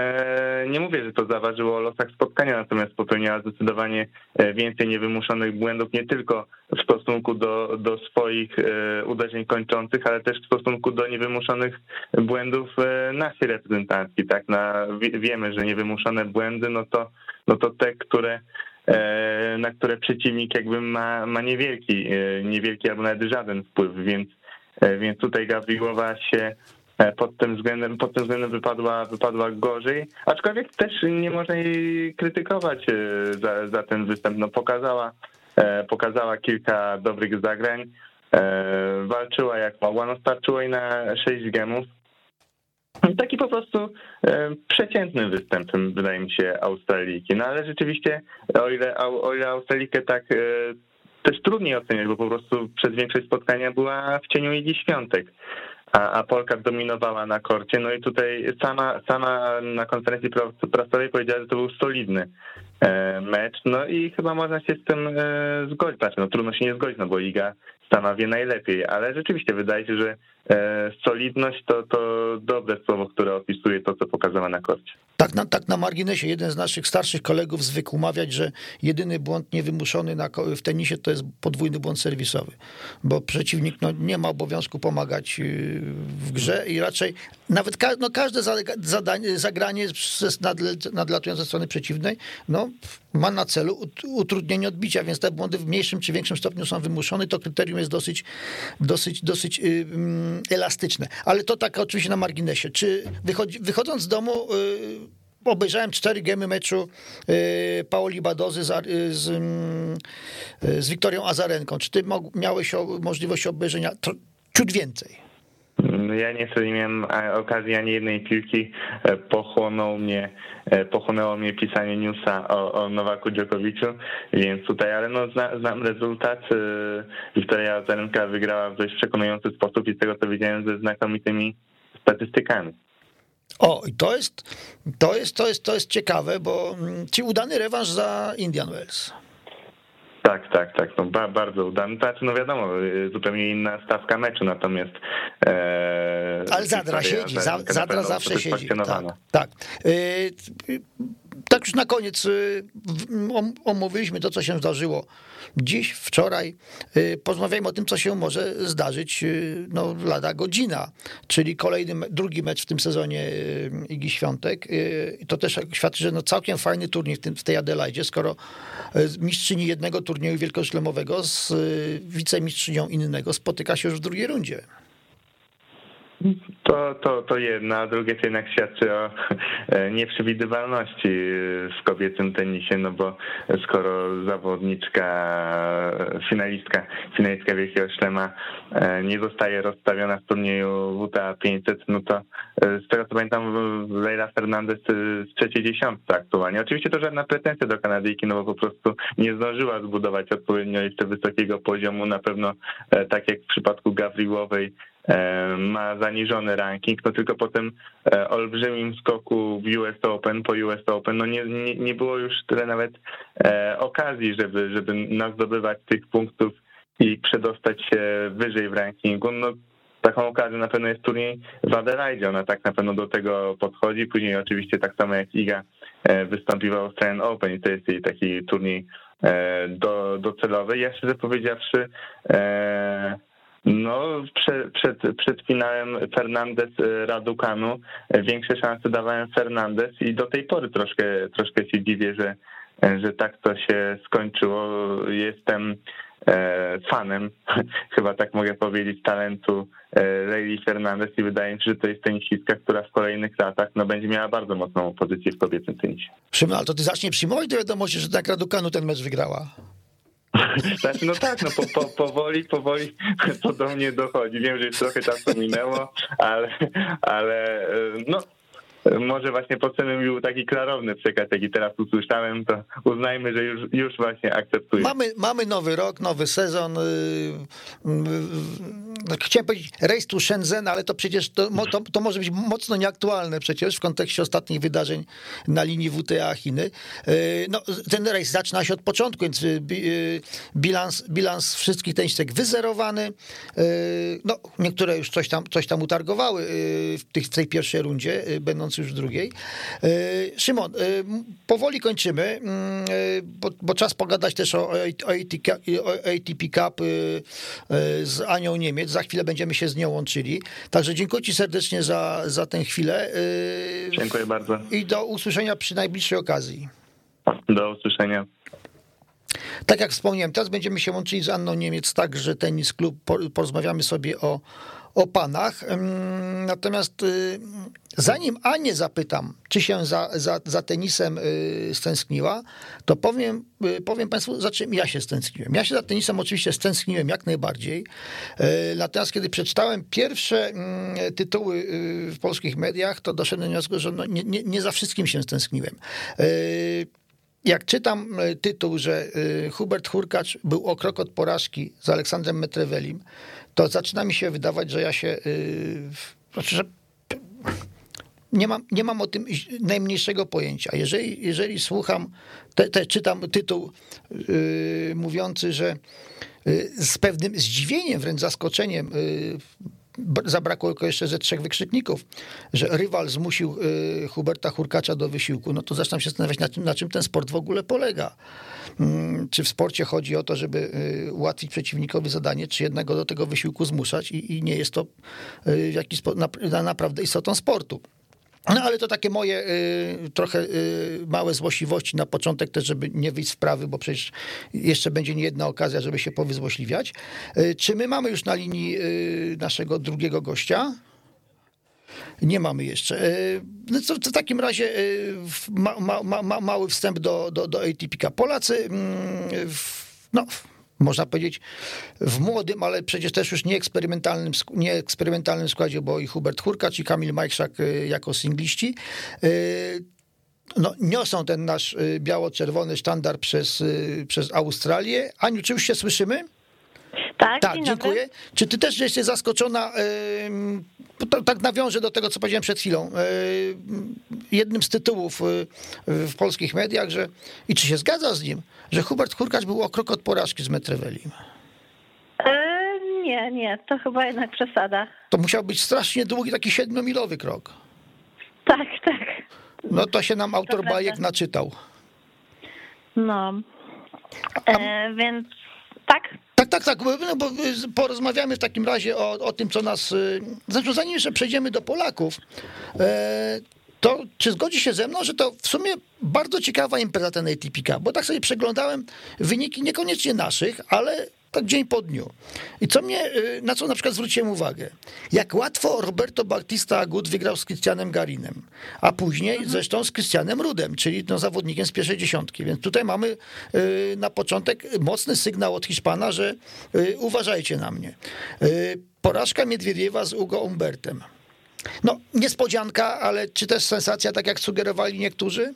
Nie mówię, że to zaważyło o losach spotkania, natomiast popełniała zdecydowanie więcej niewymuszonych błędów, nie tylko w stosunku do, do swoich uderzeń kończących, ale też w stosunku do niewymuszonych błędów naszej reprezentacji. Tak, na, wiemy, że niewymuszone błędy, no to, no to te, które na które przeciwnik jakby ma, ma niewielki, niewielki albo nawet żaden wpływ, więc, więc tutaj Gawriłowa się pod tym względem, pod tym względem wypadła, wypadła gorzej, aczkolwiek też nie można jej krytykować za, za ten występ. No pokazała, pokazała kilka dobrych zagrań, walczyła jak mogła, no starczyło jej na sześć gemów. Taki po prostu przeciętny występ, wydaje mi się, Australijki. No ale rzeczywiście, o ile, o ile Australijkę tak też trudniej oceniać, bo po prostu przez większość spotkania była w cieniu Igi Świątek. A, a Polka dominowała na korcie, no i tutaj sama, sama na konferencji prasowej powiedziała, że to był solidny mecz, no i chyba można się z tym zgodzić, znaczy, no trudno się nie zgodzić, no bo Iga sama wie najlepiej, ale rzeczywiście wydaje się, że solidność to, to dobre słowo, które opisuje to, co pokazała na korcie. Tak na, tak na marginesie, jeden z naszych starszych kolegów zwykł mawiać, że jedyny błąd niewymuszony na, w tenisie to jest podwójny błąd serwisowy, bo przeciwnik no, nie ma obowiązku pomagać w grze i raczej nawet ka, no, każde zadanie, zagranie nadlatujące ze strony przeciwnej no, ma na celu utrudnienie odbicia, więc te błędy w mniejszym czy większym stopniu są wymuszone. To kryterium jest dosyć, dosyć, dosyć yy, elastyczne. Ale to tak oczywiście na marginesie. Czy wychodzi, wychodząc z domu yy, obejrzałem cztery gemy meczu yy, Paoli Badozy z, z, yy, z Wiktorią Azarenką. Czy ty miałeś możliwość obejrzenia to, ciut więcej? Ja niestety nie miałem okazji ani jednej piłki. Pochłonął mnie, pochłonęło mnie pisanie newsa o, o Nowaku Dżokowiczu, więc tutaj, ale no zna, znam rezultat. Wiktoria Azarenka wygrała w dość przekonujący sposób i z tego co widziałem ze znakomitymi statystykami. O, i to jest, to jest, to jest, to jest ciekawe, bo ci udany rewanż za Indian Wells. Tak, tak, tak, no ba, bardzo udany. Znaczy, no wiadomo, zupełnie inna stawka meczu, natomiast e, ale Zadra siedzi, Zadra zawsze siedzi. Tak, tak. E, tak już na koniec omówiliśmy to, co się zdarzyło dziś, wczoraj. Porozmawiajmy o tym, co się może zdarzyć no, lada godzina, czyli kolejny, drugi mecz w tym sezonie Igi Świątek. To też świadczy, że no całkiem fajny turniej w, tym, w tej Adelaidzie, skoro mistrzyni jednego turnieju wielkoszlemowego z wicemistrzynią innego spotyka się już w drugiej rundzie. To, to, to jedno, a drugie to jednak świadczy o nieprzewidywalności w kobiecym tenisie, no bo skoro zawodniczka, finalistka, finalistka Wielkiego Szlema nie zostaje rozstawiona w turnieju W T A pięćset, no to z tego co pamiętam Leila Fernandez z trzeciej dziesiątce aktualnie. Oczywiście to żadna pretensja do Kanadyjki, no bo po prostu nie zdążyła zbudować odpowiednio jeszcze wysokiego poziomu, na pewno tak jak w przypadku Gawriłowej ma zaniżony ranking, no tylko po tym olbrzymim skoku w U S Open, po U S Open, no nie, nie, nie było już tyle nawet okazji, żeby, żeby nazdobywać tych punktów i przedostać się wyżej w rankingu. No taką okazją na pewno jest turniej w Adelaide, ona tak na pewno do tego podchodzi. Później oczywiście tak samo jak Iga wystąpiła w Australian Open i to jest jej taki turniej do, docelowy. Ja szczerze powiedziawszy no, przed, przed, przed finałem Fernandez-Raducanu większe szanse dawałem Fernandez i do tej pory troszkę, troszkę się dziwię, że, że tak to się skończyło. Jestem fanem, chyba tak mogę powiedzieć, talentu Leili Fernandez i wydaje mi się, że to jest tenisistka, która w kolejnych latach no, będzie miała bardzo mocną pozycję w kobiecym tenisie. Szymon, ale to ty zacznie przyjmować do wiadomości, że tak Raducanu ten mecz wygrała. Znaczy, no tak, no po, po, powoli, powoli to do mnie dochodzi. Wiem, że już trochę czasu minęło, ale, ale no może właśnie potrzebny był taki klarowny przekaz, jaki teraz usłyszałem, to uznajmy, że już, już właśnie akceptuję. Mamy, mamy nowy rok, nowy sezon. Chciałem powiedzieć rejs tu Shenzhen, ale to przecież to, to, to może być mocno nieaktualne przecież w kontekście ostatnich wydarzeń na linii W T A Chiny. No, ten rejs zaczyna się od początku, więc bilans, bilans wszystkich tenistek wyzerowany. No, niektóre już coś tam, coś tam utargowały w, tych, w tej pierwszej rundzie, będąc już w drugiej. Szymon, powoli kończymy, bo, bo czas pogadać też o, o A T P Cup z Anią Niemiec. Za chwilę będziemy się z nią łączyli. Także dziękuję ci serdecznie za, za tę chwilę. Dziękuję bardzo. I do usłyszenia przy najbliższej okazji. Do usłyszenia. Tak jak wspomniałem, teraz będziemy się łączyli z Anną Niemiec, także Tenis Klub, porozmawiamy sobie o, o panach. Natomiast zanim Anię zapytam, czy się za, za, za tenisem stęskniła, to powiem, powiem Państwu, za czym ja się stęskniłem. Ja się za tenisem oczywiście stęskniłem jak najbardziej. Natomiast kiedy przeczytałem pierwsze tytuły w polskich mediach, to doszedłem do wniosku, że no nie, nie, nie za wszystkim się stęskniłem. Jak czytam tytuł, że Hubert Hurkacz był o krok od porażki z Aleksandrem Metrevelim, to zaczyna mi się wydawać, że ja się, znaczy, że nie mam, nie mam o tym najmniejszego pojęcia. Jeżeli, jeżeli słucham, te, te, czytam tytuł yy, mówiący, że yy, z pewnym zdziwieniem, wręcz zaskoczeniem, yy, zabrakło tylko jeszcze ze trzech wykrzykników, że rywal zmusił Huberta Hurkacza do wysiłku, no to zaczynam się zastanawiać, na czym, na czym ten sport w ogóle polega. Czy w sporcie chodzi o to, żeby ułatwić przeciwnikowi zadanie, czy jednego do tego wysiłku zmuszać i, i nie jest to w jakiś sposób na, naprawdę istotą sportu. No ale to takie moje y, trochę y, małe złośliwości na początek też, żeby nie wyjść z prawy, bo przecież jeszcze będzie niejedna okazja, żeby się powyzłośliwiać. Y, czy my mamy już na linii y, naszego drugiego gościa? Nie mamy jeszcze. Y, no to, to w takim razie y, ma, ma, ma, mały wstęp do, do, do A T P Cup. Polacy y, w, no można powiedzieć, w młodym, ale przecież też już nieeksperymentalnym, nieeksperymentalnym składzie, bo i Hubert Hurkacz, i Kamil Majchrzak jako singliści, no, niosą ten nasz biało-czerwony sztandar przez, przez Australię. Aniu, czy już się słyszymy? Tak, tak dziękuję. Dobry. Czy ty też jesteś zaskoczona, yy, tak nawiążę do tego, co powiedziałem przed chwilą, yy, jednym z tytułów yy, w polskich mediach, że i czy się zgadza z nim, że Hubert Hurkacz był o krok od porażki z Metrevelim? Yy, nie, nie, to chyba jednak przesada. To musiał być strasznie długi, taki siedmiomilowy krok. Tak, tak. No to się nam autor to bajek prawda. naczytał. No, yy, więc tak? Tak, tak, tak, no bo porozmawiamy w takim razie o, o tym, co nas... Znaczy, zanim jeszcze przejdziemy do Polaków, to czy zgodzi się ze mną, że to w sumie bardzo ciekawa impreza ten A T P Cup, bo tak sobie przeglądałem wyniki niekoniecznie naszych, ale tak dzień po dniu. I co mnie, na co na przykład zwróciłem uwagę, jak łatwo Roberto Bautista Agut wygrał z Christianem Garinem, a później mhm. zresztą z Christianem Rudem, czyli no, zawodnikiem z pierwszej dziesiątki. Więc tutaj mamy na początek mocny sygnał od Hiszpana, że uważajcie na mnie. Porażka Miedwiediewa z Ugo Umbertem. No, niespodzianka, ale czy też sensacja, tak jak sugerowali niektórzy?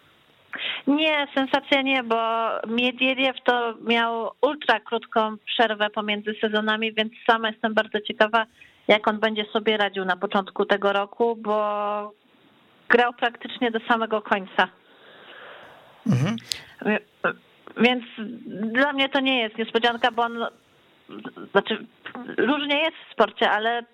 Nie, sensacja nie, bo Miedwiediew to miał ultra krótką przerwę pomiędzy sezonami, więc sama jestem bardzo ciekawa, jak on będzie sobie radził na początku tego roku, bo grał praktycznie do samego końca. Mhm. Więc dla mnie to nie jest niespodzianka, bo on, znaczy różnie jest w sporcie, ale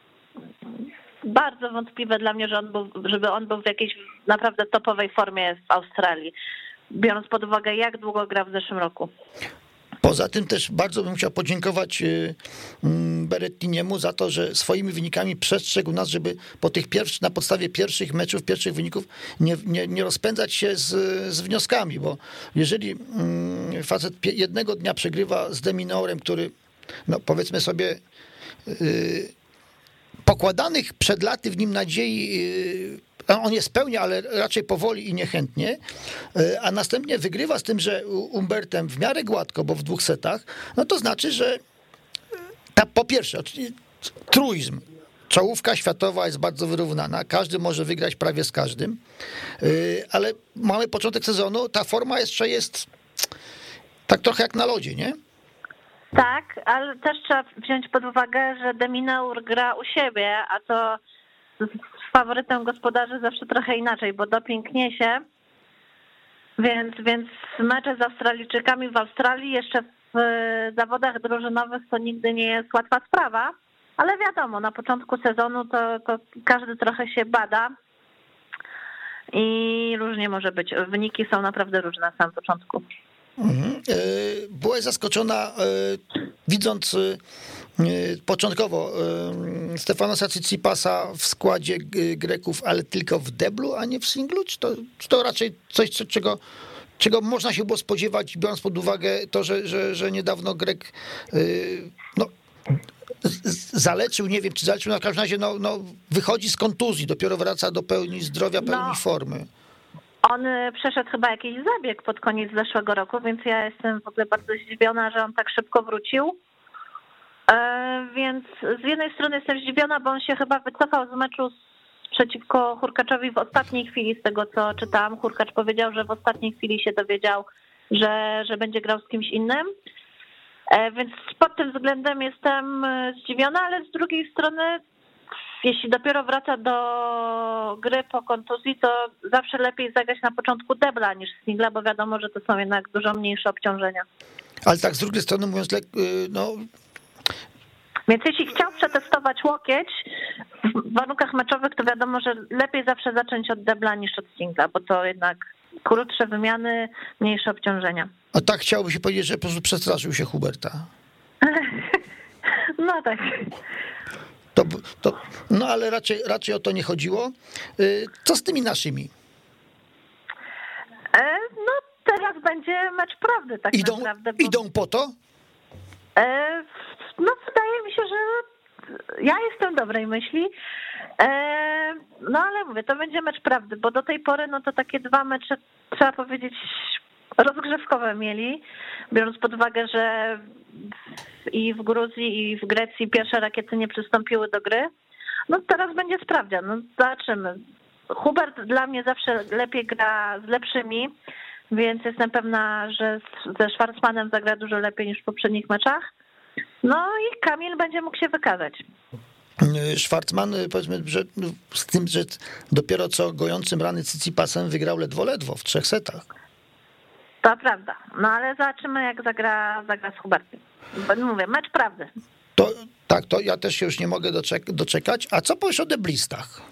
bardzo wątpliwe dla mnie, że on był, żeby on był w jakiejś naprawdę topowej formie w Australii, biorąc pod uwagę, jak długo grał w zeszłym roku. Poza tym też bardzo bym chciał podziękować Berettiniemu za to, że swoimi wynikami przestrzegł nas, żeby po tych pierwszych, na podstawie pierwszych meczów, pierwszych wyników nie, nie, nie rozpędzać się z, z wnioskami, bo jeżeli facet jednego dnia przegrywa z Deminorem, który, no powiedzmy sobie, yy, pokładanych przed laty w nim nadziei, on je spełnia, ale raczej powoli i niechętnie, a następnie wygrywa z tym, że Umbertem w miarę gładko, bo w dwóch setach, no to znaczy, że ta, po pierwsze, truizm, czołówka światowa jest bardzo wyrównana, każdy może wygrać prawie z każdym, ale mamy początek sezonu, ta forma jeszcze jest tak trochę jak na lodzie, nie? Tak, ale też trzeba wziąć pod uwagę, że De Minaur gra u siebie, a to z faworytem gospodarzy zawsze trochę inaczej, bo doping niesie, więc, więc mecze z Australijczykami w Australii jeszcze w zawodach drużynowych to nigdy nie jest łatwa sprawa, ale wiadomo, na początku sezonu to, to każdy trochę się bada i różnie może być. Wyniki są naprawdę różne na samym początku. Mhm. Byłaś zaskoczona, widząc początkowo Stefanosa Tsitsipasa w składzie Greków, ale tylko w deblu, a nie w singlu? Czy to, czy to raczej coś, czego, czego można się było spodziewać, biorąc pod uwagę to, że, że, że niedawno Grek no, zaleczył, nie wiem, czy zaleczył, na każdym razie no, no, wychodzi z kontuzji, dopiero wraca do pełni zdrowia, pełni no. formy. On przeszedł chyba jakiś zabieg pod koniec zeszłego roku, więc ja jestem w ogóle bardzo zdziwiona, że on tak szybko wrócił. Więc z jednej strony jestem zdziwiona, bo on się chyba wycofał z meczu przeciwko Hurkaczowi w ostatniej chwili, z tego co czytałam. Hurkacz powiedział, że w ostatniej chwili się dowiedział, że, że będzie grał z kimś innym. Więc pod tym względem jestem zdziwiona, ale z drugiej strony jeśli dopiero wraca do gry po kontuzji, to zawsze lepiej zagrać na początku debla niż singla, bo wiadomo, że to są jednak dużo mniejsze obciążenia. Ale tak z drugiej strony mówiąc, no... Więc jeśli chciał przetestować łokieć w warunkach meczowych, to wiadomo, że lepiej zawsze zacząć od debla niż od singla, bo to jednak krótsze wymiany, mniejsze obciążenia. A tak chciałoby się powiedzieć, że po prostu przestraszył się Huberta. No tak. To, to, no ale raczej, raczej o to nie chodziło. Co z tymi naszymi? No teraz będzie mecz prawdy tak idą, naprawdę. Bo... Idą po to? No wydaje mi się, że ja jestem dobrej myśli. No ale mówię, to będzie mecz prawdy, bo do tej pory no to takie dwa mecze, trzeba powiedzieć, rozgrzewkowe mieli, biorąc pod uwagę, że i w Gruzji, i w Grecji pierwsze rakiety nie przystąpiły do gry. No teraz będzie sprawdzian, no zobaczymy. Hubert dla mnie zawsze lepiej gra z lepszymi, więc jestem pewna, że ze Schwartzmanem zagra dużo lepiej niż w poprzednich meczach. No i Kamil będzie mógł się wykazać. Schwartzman, powiedzmy, że z tym, że dopiero co gojącym rany Tsitsipasem wygrał ledwo, ledwo w trzech setach. To prawda, no ale zobaczymy jak zagra, zagra z Hubertem. Mówię, mecz prawdy. To, tak, to ja też się już nie mogę doczek- doczekać. A co powiesz o deblistach?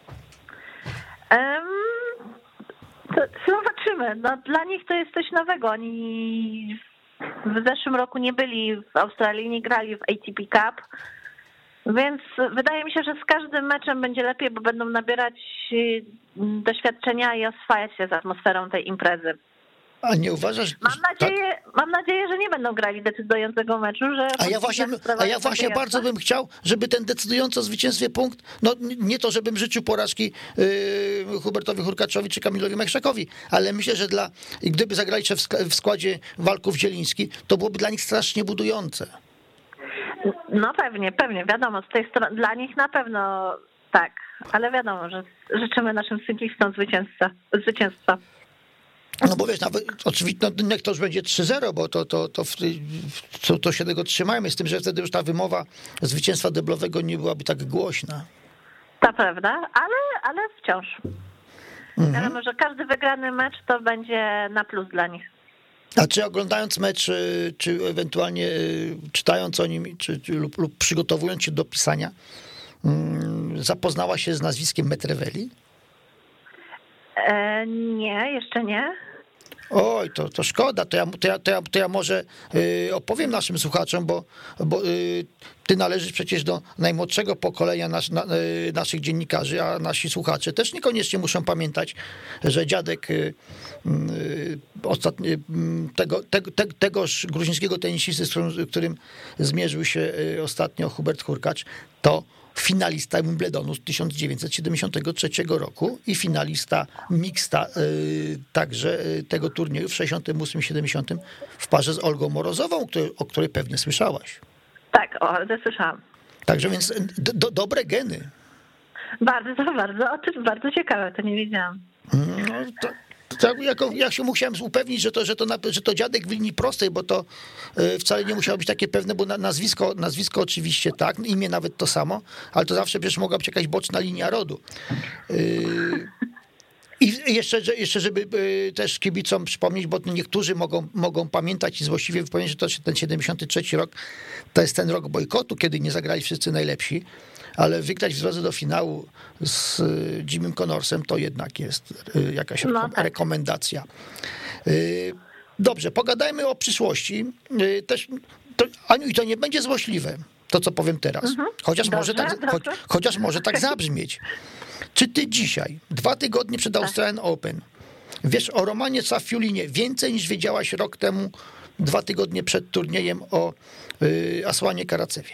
Um, to zobaczymy. No, dla nich to jest coś nowego. Oni w zeszłym roku nie byli w Australii, nie grali w A T P Cup, więc wydaje mi się, że z każdym meczem będzie lepiej, bo będą nabierać doświadczenia i oswajać się z atmosferą tej imprezy. A nie uważasz? Mam nadzieję, tak? mam nadzieję, że nie będą grali decydującego meczu. Że a ja właśnie, a ja właśnie bardzo bym chciał, żeby ten decydujący o zwycięstwie punkt, no nie to, żebym życzył porażki yy, Hubertowi Hurkaczowi czy Kamilowi Majchrzakowi, ale myślę, że dla, gdyby zagrali w składzie Walków-Zieliński, to byłoby dla nich strasznie budujące. No pewnie, pewnie, wiadomo, z tej strony dla nich na pewno tak, ale wiadomo, że życzymy naszym synklistom zwycięstwa. zwycięstwa. No bo wiesz, nawet oczywiście no, niech to już będzie trzy zero, bo to, to, to, to, to się tego trzymajmy, z tym, że wtedy już ta wymowa zwycięstwa deblowego nie byłaby tak głośna. To prawda, ale, ale wciąż. Mhm. Wiadomo, że każdy wygrany mecz to będzie na plus dla nich. A czy oglądając mecz, czy ewentualnie czytając o nim, czy, czy, lub, lub przygotowując się do pisania, zapoznała się z nazwiskiem Metreveli? E, nie, jeszcze nie. Oj, to, to szkoda, to ja, to ja, to ja, to ja może y, opowiem naszym słuchaczom, bo, bo y, ty należysz przecież do najmłodszego pokolenia nas, na, y, naszych dziennikarzy, a nasi słuchacze też niekoniecznie muszą pamiętać, że dziadek y, y, ostatni, y, tego, tego, te, tegoż gruzińskiego tenisisty, z którym, którym zmierzył się y, ostatnio Hubert Hurkacz, to finalista Wimbledonu z tysiąc dziewięćset siedemdziesiątego trzeciego roku i finalista mixta y, także y, tego turnieju w sześćdziesiątym ósmym siedemdziesiątym w parze z Olgą Morozową, który, o której pewnie słyszałaś. Tak, o, ale słyszałam. Także więc do, dobre geny. Bardzo, bardzo, o tym bardzo ciekawe, to nie wiedziałam. No, to, to jako, ja się musiałem upewnić, że to, że, to, że to dziadek w linii prostej, bo to wcale nie musiało być takie pewne, bo nazwisko, nazwisko oczywiście tak, imię nawet to samo, ale to zawsze przecież mogła być jakaś boczna linia rodu. I jeszcze, jeszcze, żeby też kibicom przypomnieć, bo niektórzy mogą, mogą pamiętać i złośliwie wypomnieć, że to ten siedemdziesiąty trzeci rok to jest ten rok bojkotu, kiedy nie zagrali wszyscy najlepsi, ale wygrać w drodze do finału z Jimem Connorsem to jednak jest jakaś no tak. rekomendacja. Dobrze, pogadajmy o przyszłości. Też, to, Aniu, i to nie będzie złośliwe, to co powiem teraz, mhm. chociaż, dobrze, może tak, cho, chociaż może tak zabrzmieć. Czy ty dzisiaj, dwa tygodnie przed Australian Open, wiesz o Romanie Safiulinie więcej niż wiedziałaś rok temu, dwa tygodnie przed turniejem o y, Asłanie Karacewie?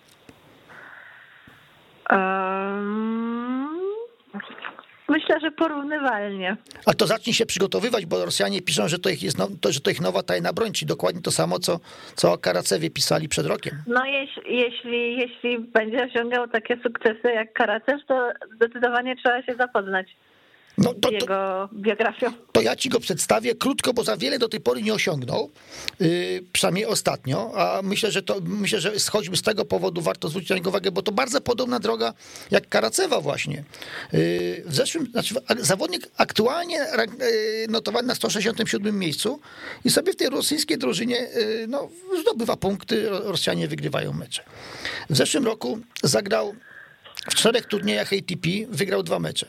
Um, myślę, że porównywalnie. A to zacznij się przygotowywać, bo Rosjanie piszą, że to ich jest, no, to, że to ich nowa tajna broń, czyli dokładnie to samo, co, co o Karacewie pisali przed rokiem. No jeśli, jeśli, jeśli będzie osiągał takie sukcesy jak Karacew, to zdecydowanie trzeba się zapoznać. No to, jego to, biografią. To ja ci go przedstawię krótko, bo za wiele do tej pory nie osiągnął, yy, przynajmniej ostatnio, a myślę, że to myślę, że choćby z tego powodu warto zwrócić na niego uwagę, bo to bardzo podobna droga jak Karacewa właśnie. Yy, w zeszłym, znaczy zawodnik aktualnie yy, notowany na sto sześćdziesiątym siódmym miejscu i sobie w tej rosyjskiej drużynie yy, no, zdobywa punkty, Rosjanie wygrywają mecze. W zeszłym roku zagrał w czterech turniejach A T P, wygrał dwa mecze.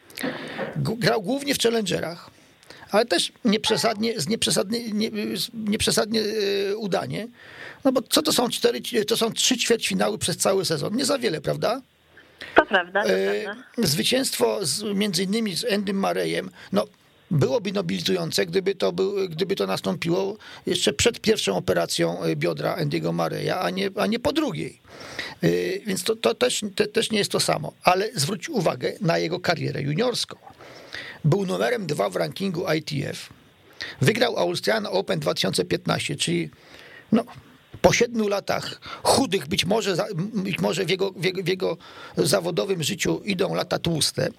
Grał głównie w challengerach, ale też nieprzesadnie, z nieprzesadnie, nie, nieprzesadnie udanie. No bo co to są cztery, to są trzy ćwierćfinały przez cały sezon. Nie za wiele, prawda? To prawda, to prawda. Zwycięstwo z, między innymi z Andym Murrayem, no byłoby nobilitujące, gdyby to, był, gdyby to nastąpiło jeszcze przed pierwszą operacją biodra Andy'ego Murraya, a nie, a nie po drugiej. Więc to, to też, to też nie jest to samo. Ale zwróć uwagę na jego karierę juniorską. Był numerem dwa w rankingu I T F. Wygrał Australian Open dwa tysiące piętnaście, czyli no, po siedmiu latach chudych, być może, być może w, jego, w, jego, w jego zawodowym życiu idą lata tłuste,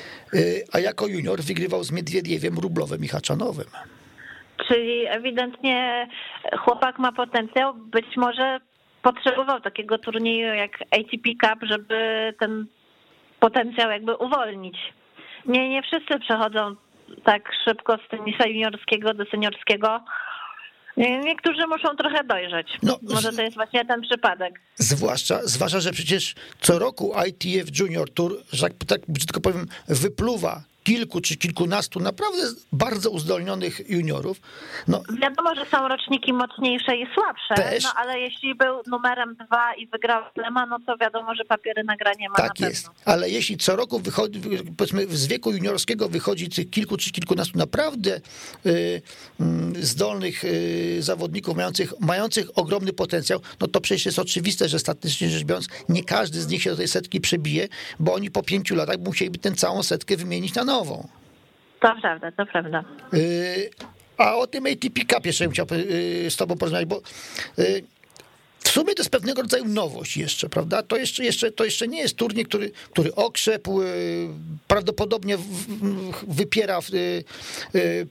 a jako junior wygrywał z Miedwiediewem, Rublowem i Haczanowem. Czyli ewidentnie chłopak ma potencjał, być może potrzebował takiego turnieju jak A T P Cup, żeby ten potencjał jakby uwolnić. Nie, nie wszyscy przechodzą tak szybko z tenisa juniorskiego do seniorskiego. Niektórzy muszą trochę dojrzeć. No, może to jest właśnie ten przypadek. Zwłaszcza, zwłaszcza, że przecież co roku I T F Junior Tour, że tak, tak brzydko powiem, wypluwa kilku czy kilkunastu naprawdę bardzo uzdolnionych juniorów. No, wiadomo, że są roczniki mocniejsze i słabsze, też, no ale jeśli był numerem dwa i wygrał Slema, no to wiadomo, że papiery nagrania ma tak na pewno. Jest, ale jeśli co roku wychodzi, powiedzmy z wieku juniorskiego wychodzi tych kilku czy kilkunastu naprawdę y, y, zdolnych y, zawodników mających, mających ogromny potencjał, no to przecież jest oczywiste, że statystycznie rzecz biorąc nie każdy z nich się do tej setki przebije, bo oni po pięciu latach musieliby tę całą setkę wymienić na nową. To prawda, to prawda. Yy, a o tym A T P Cup jeszcze bym chciał yy, z tobą porozmawiać, bo yy, w sumie to jest pewnego rodzaju nowość jeszcze, prawda? To jeszcze, jeszcze, to jeszcze nie jest turniej, który, który okrzepł, yy, prawdopodobnie w, w, wypiera w, yy, yy,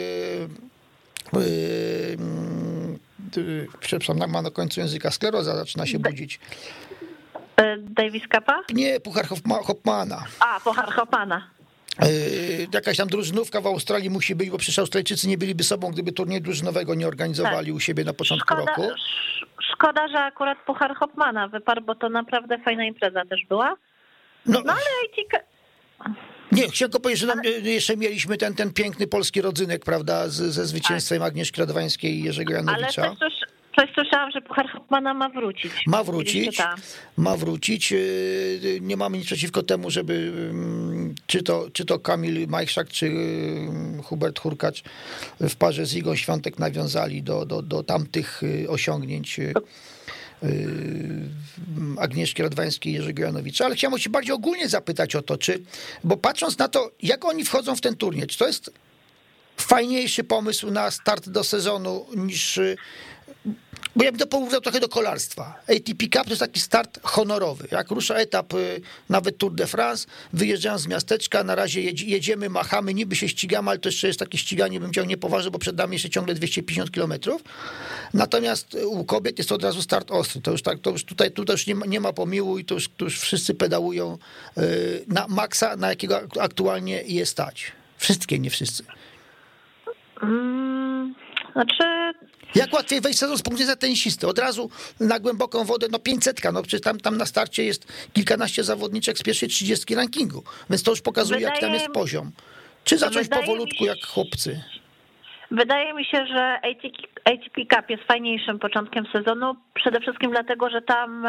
yy, przepraszam, ma na końcu języka skleroza, zaczyna się budzić. Davis Cupa? Nie, Puchar Hopmana. A, Puchar Hopmana. Yy, jakaś tam drużynówka w Australii musi być, bo przecież Australijczycy nie byliby sobą, gdyby turnieju drużynowego nie organizowali tak u siebie na początku szkoda, roku. Szkoda, że akurat Puchar Hopmana wyparł, bo to naprawdę fajna impreza też była. No, no ale I T K... Nie, chciałem tylko powiedzieć, że tam jeszcze mieliśmy ten, ten piękny polski rodzynek, prawda, z, ze zwycięstwem tak. Agnieszki Radwańskiej i Jerzego Janowicza. Ale też coś słyszałam, że Puchar Hopmana ma wrócić. Ma wrócić, ma wrócić. Nie mamy nic przeciwko temu, żeby czy to, czy to Kamil Majchrzak, czy Hubert Hurkacz w parze z Igą Świątek nawiązali do, do, do tamtych osiągnięć Agnieszki Radwańskiej i Jerzego Janowicza. Ale chciałem się bardziej ogólnie zapytać o to, czy, bo patrząc na to, jak oni wchodzą w ten turniej, czy to jest fajniejszy pomysł na start do sezonu niż Bo ja bym to porównał trochę do kolarstwa. A T P Cup to jest taki start honorowy. Jak rusza etap, nawet Tour de France, wyjeżdżając z miasteczka, na razie jedziemy, machamy, niby się ścigamy, ale to jeszcze jest takie ściganie, bym chciał niepoważne, bo przed nami jeszcze ciągle dwieście pięćdziesiąt kilometrów. Natomiast u kobiet jest to od razu start ostry. To już tak, to już tutaj, tutaj już nie ma, nie ma pomiłu i to już, to już wszyscy pedałują na maksa, na jakiego aktualnie je stać. Wszystkie, nie wszyscy. Hmm, znaczy... Jak łatwiej wejść w sezon z punktu widzenia tenisisty? Od razu na głęboką wodę, no pięćsetka, no przecież tam, tam na starcie jest kilkanaście zawodniczek z pierwszej trzydziestki rankingu, więc to już pokazuje, Wydaje, jak tam jest poziom. Czy zacząć powolutku się, jak chłopcy? Wydaje mi się, że A T P Cup jest fajniejszym początkiem sezonu, przede wszystkim dlatego, że tam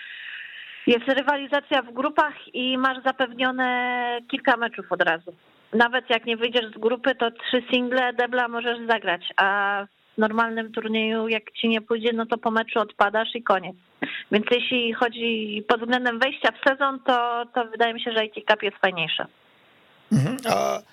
jest rywalizacja w grupach i masz zapewnione kilka meczów od razu. Nawet jak nie wyjdziesz z grupy, to trzy single debla możesz zagrać, a w normalnym turnieju, jak ci nie pójdzie, no to po meczu odpadasz i koniec. Więc jeśli chodzi pod względem wejścia w sezon, to, to wydaje mi się, że A T P Cup jest fajniejsze. Mhm. A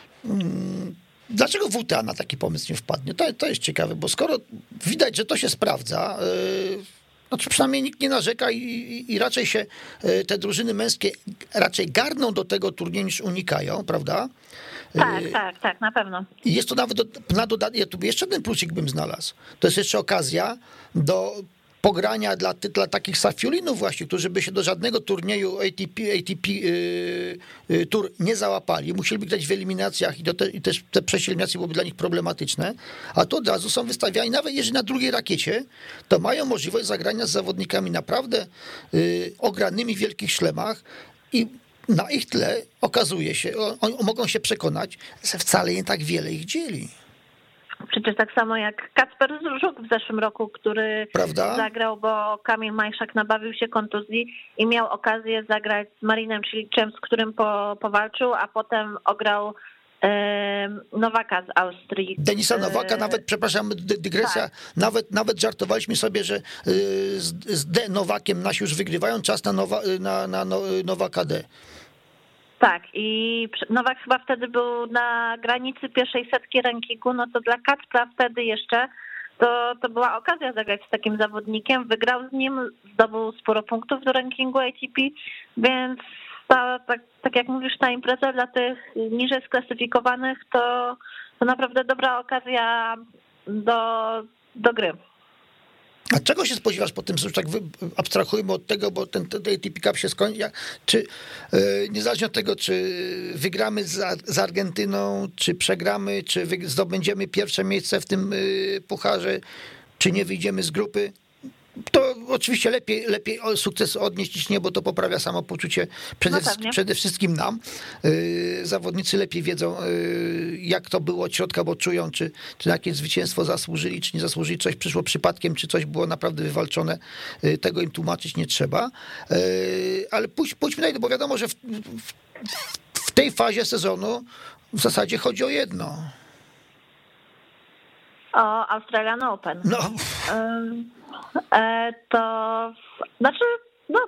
mm, dlaczego W T A na taki pomysł nie wpadnie? To, to jest ciekawe, bo skoro widać, że to się sprawdza, yy, znaczy przynajmniej nikt nie narzeka i, i, i raczej się yy, te drużyny męskie raczej garną do tego turnieju niż unikają, prawda? Tak, tak, tak, na pewno. I jest to nawet do, na dodatek, ja tu jeszcze jeden plusik bym znalazł. To jest jeszcze okazja do pogrania dla, dla takich safiolinów właśnie, którzy by się do żadnego turnieju A T P, A T P yy, yy, Tour nie załapali. Musieliby grać w eliminacjach i, do te, i też te przejście eliminacji byłoby dla nich problematyczne, a tu od razu są wystawiani, nawet jeżeli na drugiej rakiecie, to mają możliwość zagrania z zawodnikami naprawdę yy, ogranymi w wielkich szlemach i na ich tle okazuje się, oni mogą się przekonać, że wcale nie tak wiele ich dzieli. Przecież tak samo jak Kacper Żuk w zeszłym roku, który Prawda? zagrał, bo Kamil Majszak nabawił się kontuzji i miał okazję zagrać z Marinem Ciliczem, z którym po, powalczył, a potem ograł e, Nowaka z Austrii. Denisa Nowaka, nawet, przepraszam, dygresja, tak. nawet, nawet żartowaliśmy sobie, że z, z D Nowakiem nasi już wygrywają, czas na, Nowa, na, na Nowaka D. Tak, i Nowak chyba wtedy był na granicy pierwszej setki rankingu, no to dla Kacpra wtedy jeszcze to, to była okazja zagrać z takim zawodnikiem, wygrał z nim, zdobył sporo punktów do rankingu A T P, więc ta, tak, tak jak mówisz, ta impreza dla tych niżej sklasyfikowanych to, to naprawdę dobra okazja do, do gry. A czego się spodziewasz po tym, że już tak abstrahujmy od tego, bo ten, ten A T P Cup się skończy, czy yy, niezależnie od tego, czy wygramy z, z Argentyną, czy przegramy, czy wy, zdobędziemy pierwsze miejsce w tym yy, pucharze, czy nie wyjdziemy z grupy, to oczywiście lepiej, lepiej sukces odnieść niż nie, bo to poprawia samopoczucie przede, no przede wszystkim nam. Yy, zawodnicy lepiej wiedzą, yy, jak to było od środka, bo czują, czy, czy na jakieś zwycięstwo zasłużyli, czy nie zasłużyli, coś przyszło przypadkiem, czy coś było naprawdę wywalczone. Yy, tego im tłumaczyć nie trzeba. Yy, ale pójdź, pójdźmy dalej, bo wiadomo, że w, w, w tej fazie sezonu w zasadzie chodzi o jedno. O Australian Open. No. To znaczy, no,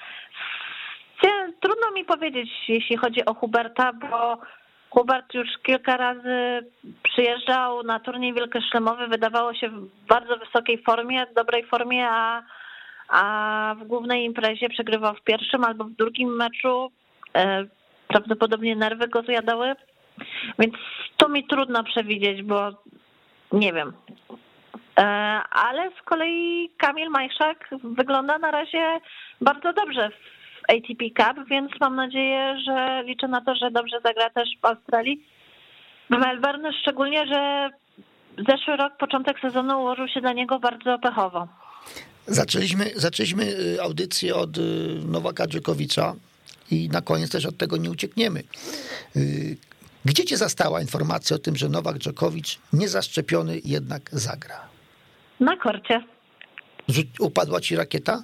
trudno mi powiedzieć, jeśli chodzi o Huberta, bo Hubert już kilka razy przyjeżdżał na turniej wielkoszlemowy, wydawało się w bardzo wysokiej formie, dobrej formie, a, a w głównej imprezie przegrywał w pierwszym albo w drugim meczu. Prawdopodobnie nerwy go zjadały, więc to mi trudno przewidzieć, bo nie wiem. Ale z kolei Kamil Majszak wygląda na razie bardzo dobrze w A T P Cup, więc mam nadzieję, że liczę na to, że dobrze zagra też w Australii. W Melbourne, szczególnie, że zeszły rok, początek sezonu ułożył się dla niego bardzo pechowo. Zaczęliśmy, zaczęliśmy audycję od Nowaka Dżokowicza i na koniec też od tego nie uciekniemy. Gdzie cię zastała informacja o tym, że Nowak Dżokowicz niezaszczepiony jednak zagra? Na korcie. Upadła ci rakieta?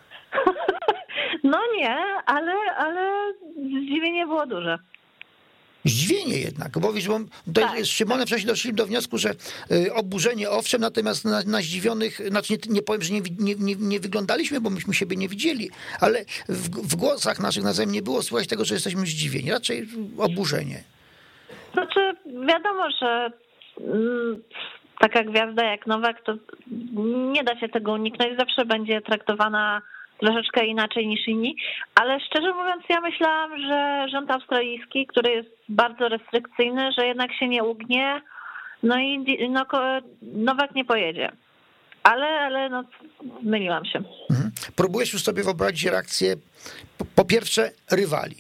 No nie, ale, ale zdziwienie było duże. Zdziwienie jednak, bo wiesz, bo tutaj tak, z Szymonem wcześniej doszli do wniosku, że oburzenie owszem, natomiast na, na zdziwionych, znaczy nie, nie powiem, że nie, nie, nie, nie wyglądaliśmy, bo myśmy siebie nie widzieli, ale w, w głosach naszych nawzajem nie było słychać tego, że jesteśmy zdziwieni, raczej oburzenie. Znaczy wiadomo, że taka gwiazda jak Nowak, to nie da się tego uniknąć, zawsze będzie traktowana troszeczkę inaczej niż inni, ale szczerze mówiąc ja myślałam, że rząd australijski, który jest bardzo restrykcyjny, że jednak się nie ugnie, no i no, Nowak nie pojedzie. Ale, ale no, myliłam się. Mhm. Próbujesz już sobie wyobrazić reakcję, po, po pierwsze, rywali.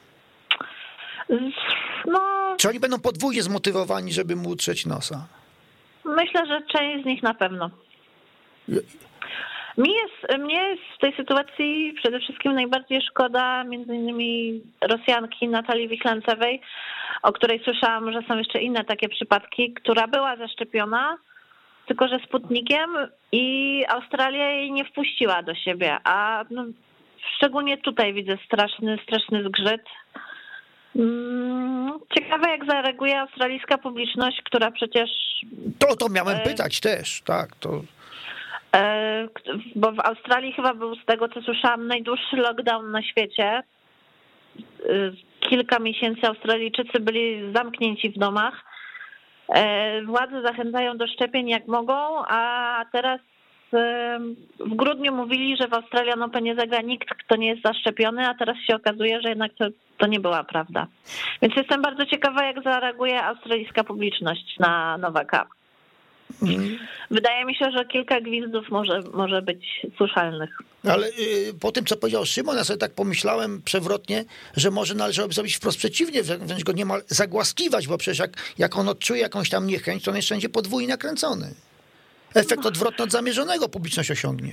No, Czy oni będą podwójnie zmotywowani, żeby mu utrzeć nosa? Myślę, że część z nich na pewno. Mi jest, mnie jest w tej sytuacji przede wszystkim najbardziej szkoda między innymi Rosjanki Natalii Wichlancewej, o której słyszałam, że są jeszcze inne takie przypadki, która była zaszczepiona, tylko że Sputnikiem i Australia jej nie wpuściła do siebie, a no, szczególnie tutaj widzę straszny, straszny zgrzyt. Ciekawe jak zareaguje australijska publiczność, która przecież... To, to miałem pytać też, tak, to... Bo w Australii chyba był, z tego co słyszałam, najdłuższy lockdown na świecie. Kilka miesięcy Australijczycy byli zamknięci w domach. Władze zachęcają do szczepień jak mogą, a teraz w grudniu mówili, że w Australian Open nie zagra nikt, kto nie jest zaszczepiony, a teraz się okazuje, że jednak to, to nie była prawda. Więc jestem bardzo ciekawa, jak zareaguje australijska publiczność na Nowaka. Wydaje mi się, że kilka gwizdów może, może być słyszalnych. Ale y, po tym, co powiedział Szymon, ja sobie tak pomyślałem przewrotnie, że może należałoby zrobić wprost przeciwnie, wręcz go niemal zagłaskiwać, bo przecież jak, jak on odczuje jakąś tam niechęć, to on jeszcze będzie podwójnie nakręcony. Efekt odwrotny od zamierzonego publiczność osiągnie.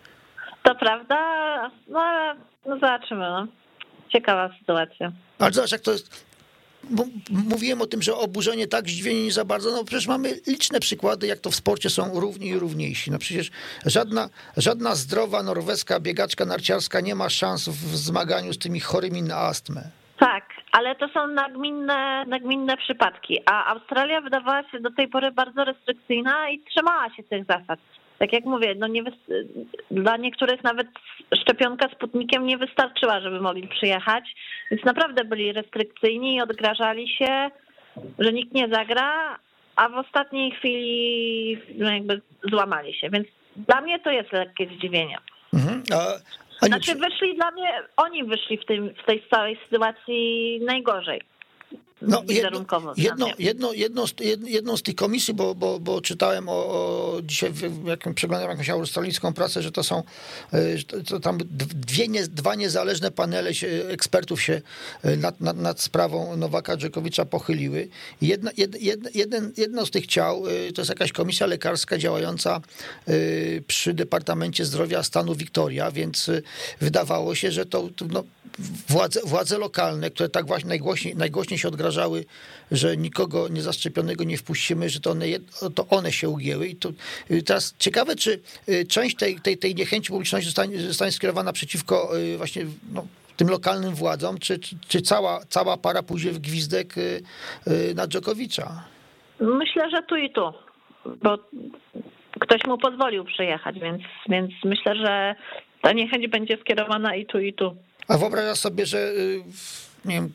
To prawda, no ale no zobaczymy. No. Ciekawa sytuacja. Ale zobacz, jak to jest... Bo mówiłem o tym, że oburzenie tak, zdziwienie nie za bardzo, no przecież mamy liczne przykłady, jak to w sporcie są równi i równiejsi. No przecież żadna, żadna zdrowa norweska biegaczka narciarska nie ma szans w zmaganiu z tymi chorymi na astmę. Tak, ale to są nagminne, nagminne przypadki, a Australia wydawała się do tej pory bardzo restrykcyjna i trzymała się tych zasad. Tak jak mówię, no nie wy- dla niektórych nawet szczepionka Sputnikiem nie wystarczyła, żeby mogli przyjechać, więc naprawdę byli restrykcyjni i odgrażali się, że nikt nie zagra, a w ostatniej chwili no jakby złamali się, więc dla mnie to jest lekkie zdziwienie. Mhm. A, a nie... Znaczy wyszli dla mnie, oni wyszli w, tym, w tej całej sytuacji najgorzej. No, jedno, jedno, jedno, jedno, z, jedną z tych komisji, bo, bo, bo czytałem o, o dzisiaj, jak przeglądałem jakąś australijską prasę, że to są że to tam dwie, nie, dwa niezależne panele się, ekspertów się nad, nad, nad sprawą Nowaka Dżokowicza pochyliły. Jedna, jed, jed, jeden, jedno z tych ciał to jest jakaś komisja lekarska działająca przy Departamencie Zdrowia stanu Victoria, więc wydawało się, że to no, władze, władze lokalne, które tak właśnie najgłośniej, najgłośniej się odgrażały, że nikogo niezaszczepionego nie wpuścimy, że to one, to one się ugięły. I to teraz ciekawe, czy część tej, tej, tej niechęci publiczności zostanie, zostanie skierowana przeciwko właśnie no, tym lokalnym władzom, czy, czy, czy cała, cała para pójdzie w gwizdek na Dżokowicza? Myślę, że tu i tu, bo ktoś mu pozwolił przyjechać, więc, więc myślę, że ta niechęć będzie skierowana i tu, i tu. A wyobrażasz sobie, że nie wiem,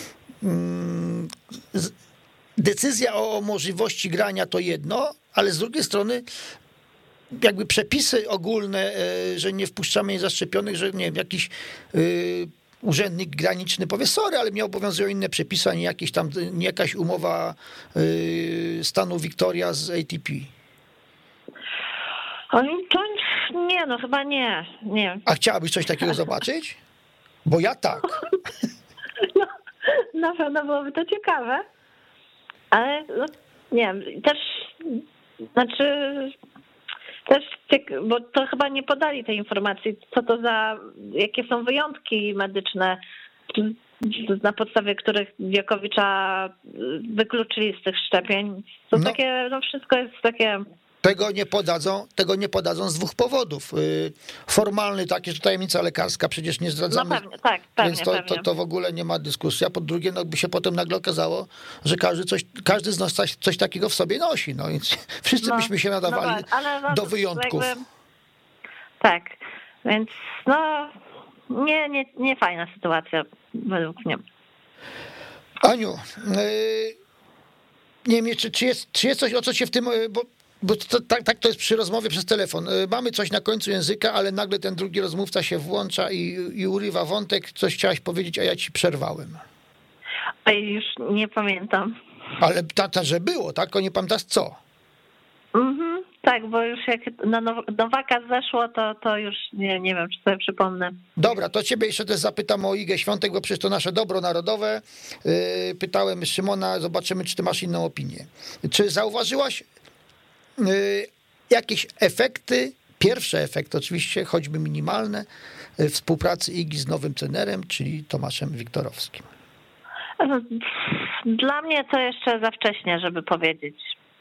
decyzja o możliwości grania to jedno, ale z drugiej strony jakby przepisy ogólne, że nie wpuszczamy niezaszczepionych, że nie wiem, jakiś urzędnik graniczny powie, sorry, ale mnie obowiązują inne przepisy, a nie, jakieś tam, nie jakaś umowa stanu Victoria z A T P. To nie, no chyba nie, nie. A chciałabyś coś takiego zobaczyć? Bo ja tak. No, na pewno byłoby to ciekawe, ale no, nie wiem, też, znaczy, też, bo to chyba nie podali tej informacji, co to za, jakie są wyjątki medyczne, na podstawie których Dżokowicza wykluczyli z tych szczepień. To no. takie, no wszystko jest takie... Tego nie podadzą, tego nie podadzą z dwóch powodów. Formalny taki, że tajemnica lekarska, przecież nie zdradzamy. No pewnie, tak, pewnie, więc to, to, to w ogóle nie ma dyskusji. A po drugie, no by się potem nagle okazało, że każdy, coś, każdy z nas coś, coś takiego w sobie nosi. No więc wszyscy no, byśmy się nadawali no, ale no, do wyjątków. Jakby, tak, więc no nie, nie, nie fajna sytuacja według mnie. Aniu, yy... nie wiem, czy, czy, jest, czy jest coś, o co się w tym... Bo... Bo to, tak, tak to jest przy rozmowie przez telefon. Mamy coś na końcu języka, ale nagle ten drugi rozmówca się włącza i, i urywa wątek. Coś chciałaś powiedzieć, a ja ci przerwałem. Oj, już nie pamiętam. Ale ta, ta, że było, tak? Tylko nie pamiętasz co? Mhm, tak, bo już jak na Nowaka zeszło, to, to już nie, nie wiem, czy sobie przypomnę. Dobra, to ciebie jeszcze też zapytam o Igę Świątek, bo przecież to nasze dobro narodowe. Yy, pytałem Szymona, zobaczymy, czy ty masz inną opinię. Czy zauważyłaś jakieś efekty, pierwsze efekty oczywiście, choćby minimalne, współpracy Igi z nowym trenerem, czyli Tomaszem Wiktorowskim? Dla mnie to jeszcze za wcześnie, żeby powiedzieć.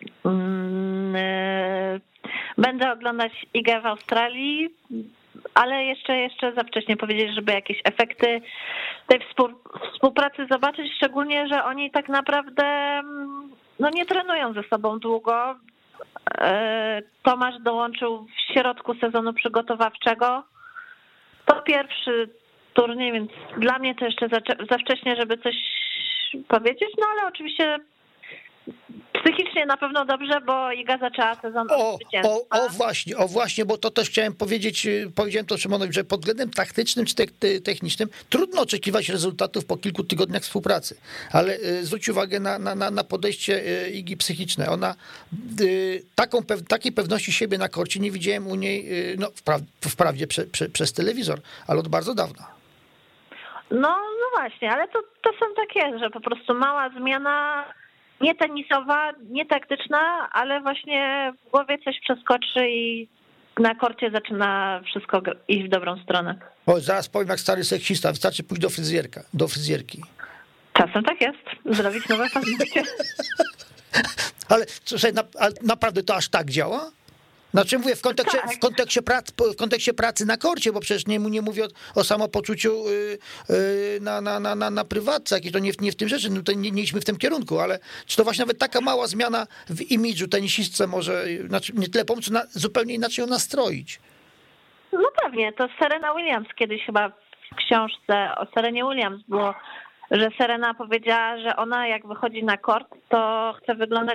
Będę oglądać Igę w Australii, ale jeszcze, jeszcze za wcześnie powiedzieć, żeby jakieś efekty tej współpracy zobaczyć, szczególnie, że oni tak naprawdę no, nie trenują ze sobą długo. Tomasz dołączył w środku sezonu przygotowawczego. To pierwszy turniej, więc dla mnie to jeszcze za, za wcześnie, żeby coś powiedzieć, no ale oczywiście psychicznie na pewno dobrze, bo Iga zaczęła sezon o, o, o właśnie, o właśnie, bo to też chciałem powiedzieć, powiedziałem to Szymonowi, że pod względem taktycznym czy technicznym trudno oczekiwać rezultatów po kilku tygodniach współpracy, ale zwróć uwagę na, na, na podejście Igi psychiczne. Ona taką, takiej pewności siebie na korcie nie widziałem u niej, no wprawdzie, wprawdzie prze, prze, przez telewizor, ale od bardzo dawna. No, no właśnie, ale to, to są tak jest, że po prostu mała zmiana, nie tenisowa, nie taktyczna, ale właśnie w głowie coś przeskoczy i na korcie zaczyna wszystko iść w dobrą stronę. O, zaraz powiem jak stary seksista, wystarczy pójść do fryzjerka, do fryzjerki. Czasem tak jest, zrobić nowe paznokcie. Ale słuchaj, na, naprawdę to aż tak działa? Znaczy mówię w kontekście, tak. w kontekście, pracy, w kontekście pracy na korcie, bo przecież nie, nie mówię o, o samopoczuciu yy, yy, na, na, na, na, na prywatce, jakieś to nie, nie w tym rzeczy, no to nie, nie idźmy w tym kierunku, ale czy to właśnie nawet taka mała zmiana w imidżu tenisistce może, znaczy nie tyle pomóc, na, zupełnie inaczej ją nastroić? No pewnie, to Serena Williams kiedyś chyba w książce o Serenie Williams było, że Serena powiedziała, że ona jak wychodzi na kort, to chce wyglądać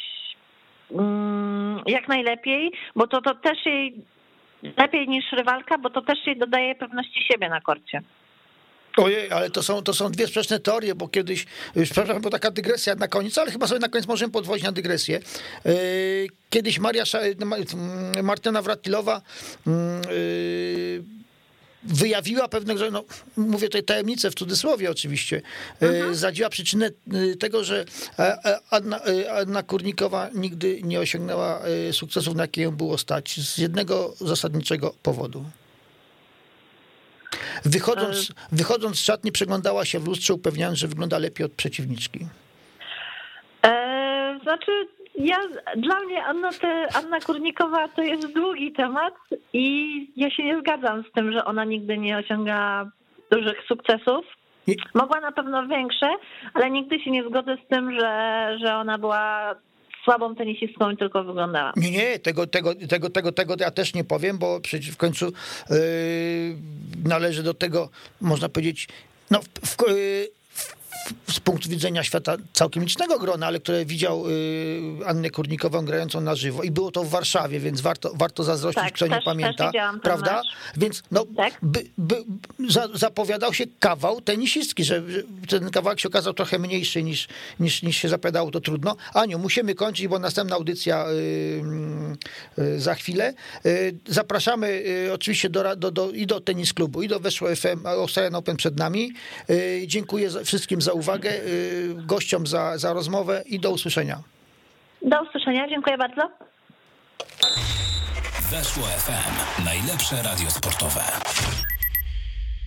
jak najlepiej, bo to, to też jej lepiej niż rywalka, bo to też jej dodaje pewności siebie na korcie. Ojej, ale to są, to są dwie sprzeczne teorie, bo kiedyś, przepraszam, bo taka dygresja na koniec, ale chyba sobie na koniec możemy podwoić na dygresję. Kiedyś Maria, Martyna Wratilowa wyjawiła pewnego, no mówię tutaj tajemnicę w cudzysłowie oczywiście, mhm. zdradziła przyczynę tego, że Anna, Anna Kurnikowa nigdy nie osiągnęła sukcesów, na jakie ją było stać, z jednego zasadniczego powodu. Wychodząc, wychodząc z szatni przeglądała się w lustrze, upewniając, że wygląda lepiej od przeciwniczki. E, znaczy ja, dla mnie Anna, te, Anna Kurnikowa to jest długi temat i ja się nie zgadzam z tym, że ona nigdy nie osiąga dużych sukcesów. Mogła na pewno większe, ale nigdy się nie zgodzę z tym, że, że ona była słabą tenisistką i tylko wyglądała. Nie, nie, tego, tego, tego, tego, tego ja też nie powiem, bo przecież w końcu yy, należy do tego, można powiedzieć, no w, w, z punktu widzenia świata całkiem licznego grona, ale które widział y, Annę Kurnikową grającą na żywo i było to w Warszawie, więc warto, warto zazdrościć, tak, kto też, nie pamięta, też prawda? Masz. Więc no, tak? by, by, za, zapowiadał się kawał tenisistki, że, że ten kawałek się okazał trochę mniejszy niż, niż, niż się zapowiadało, to trudno. Aniu, musimy kończyć, bo następna audycja y, y, za chwilę. Y, zapraszamy y, oczywiście do, do, do, i do Tenis Klubu, i do Weszło F M, Australian Open przed nami. Y, dziękuję za, wszystkim za uwagę, gościom za, za rozmowę i do usłyszenia. Do usłyszenia, dziękuję bardzo. Weszło F M, najlepsze radio sportowe.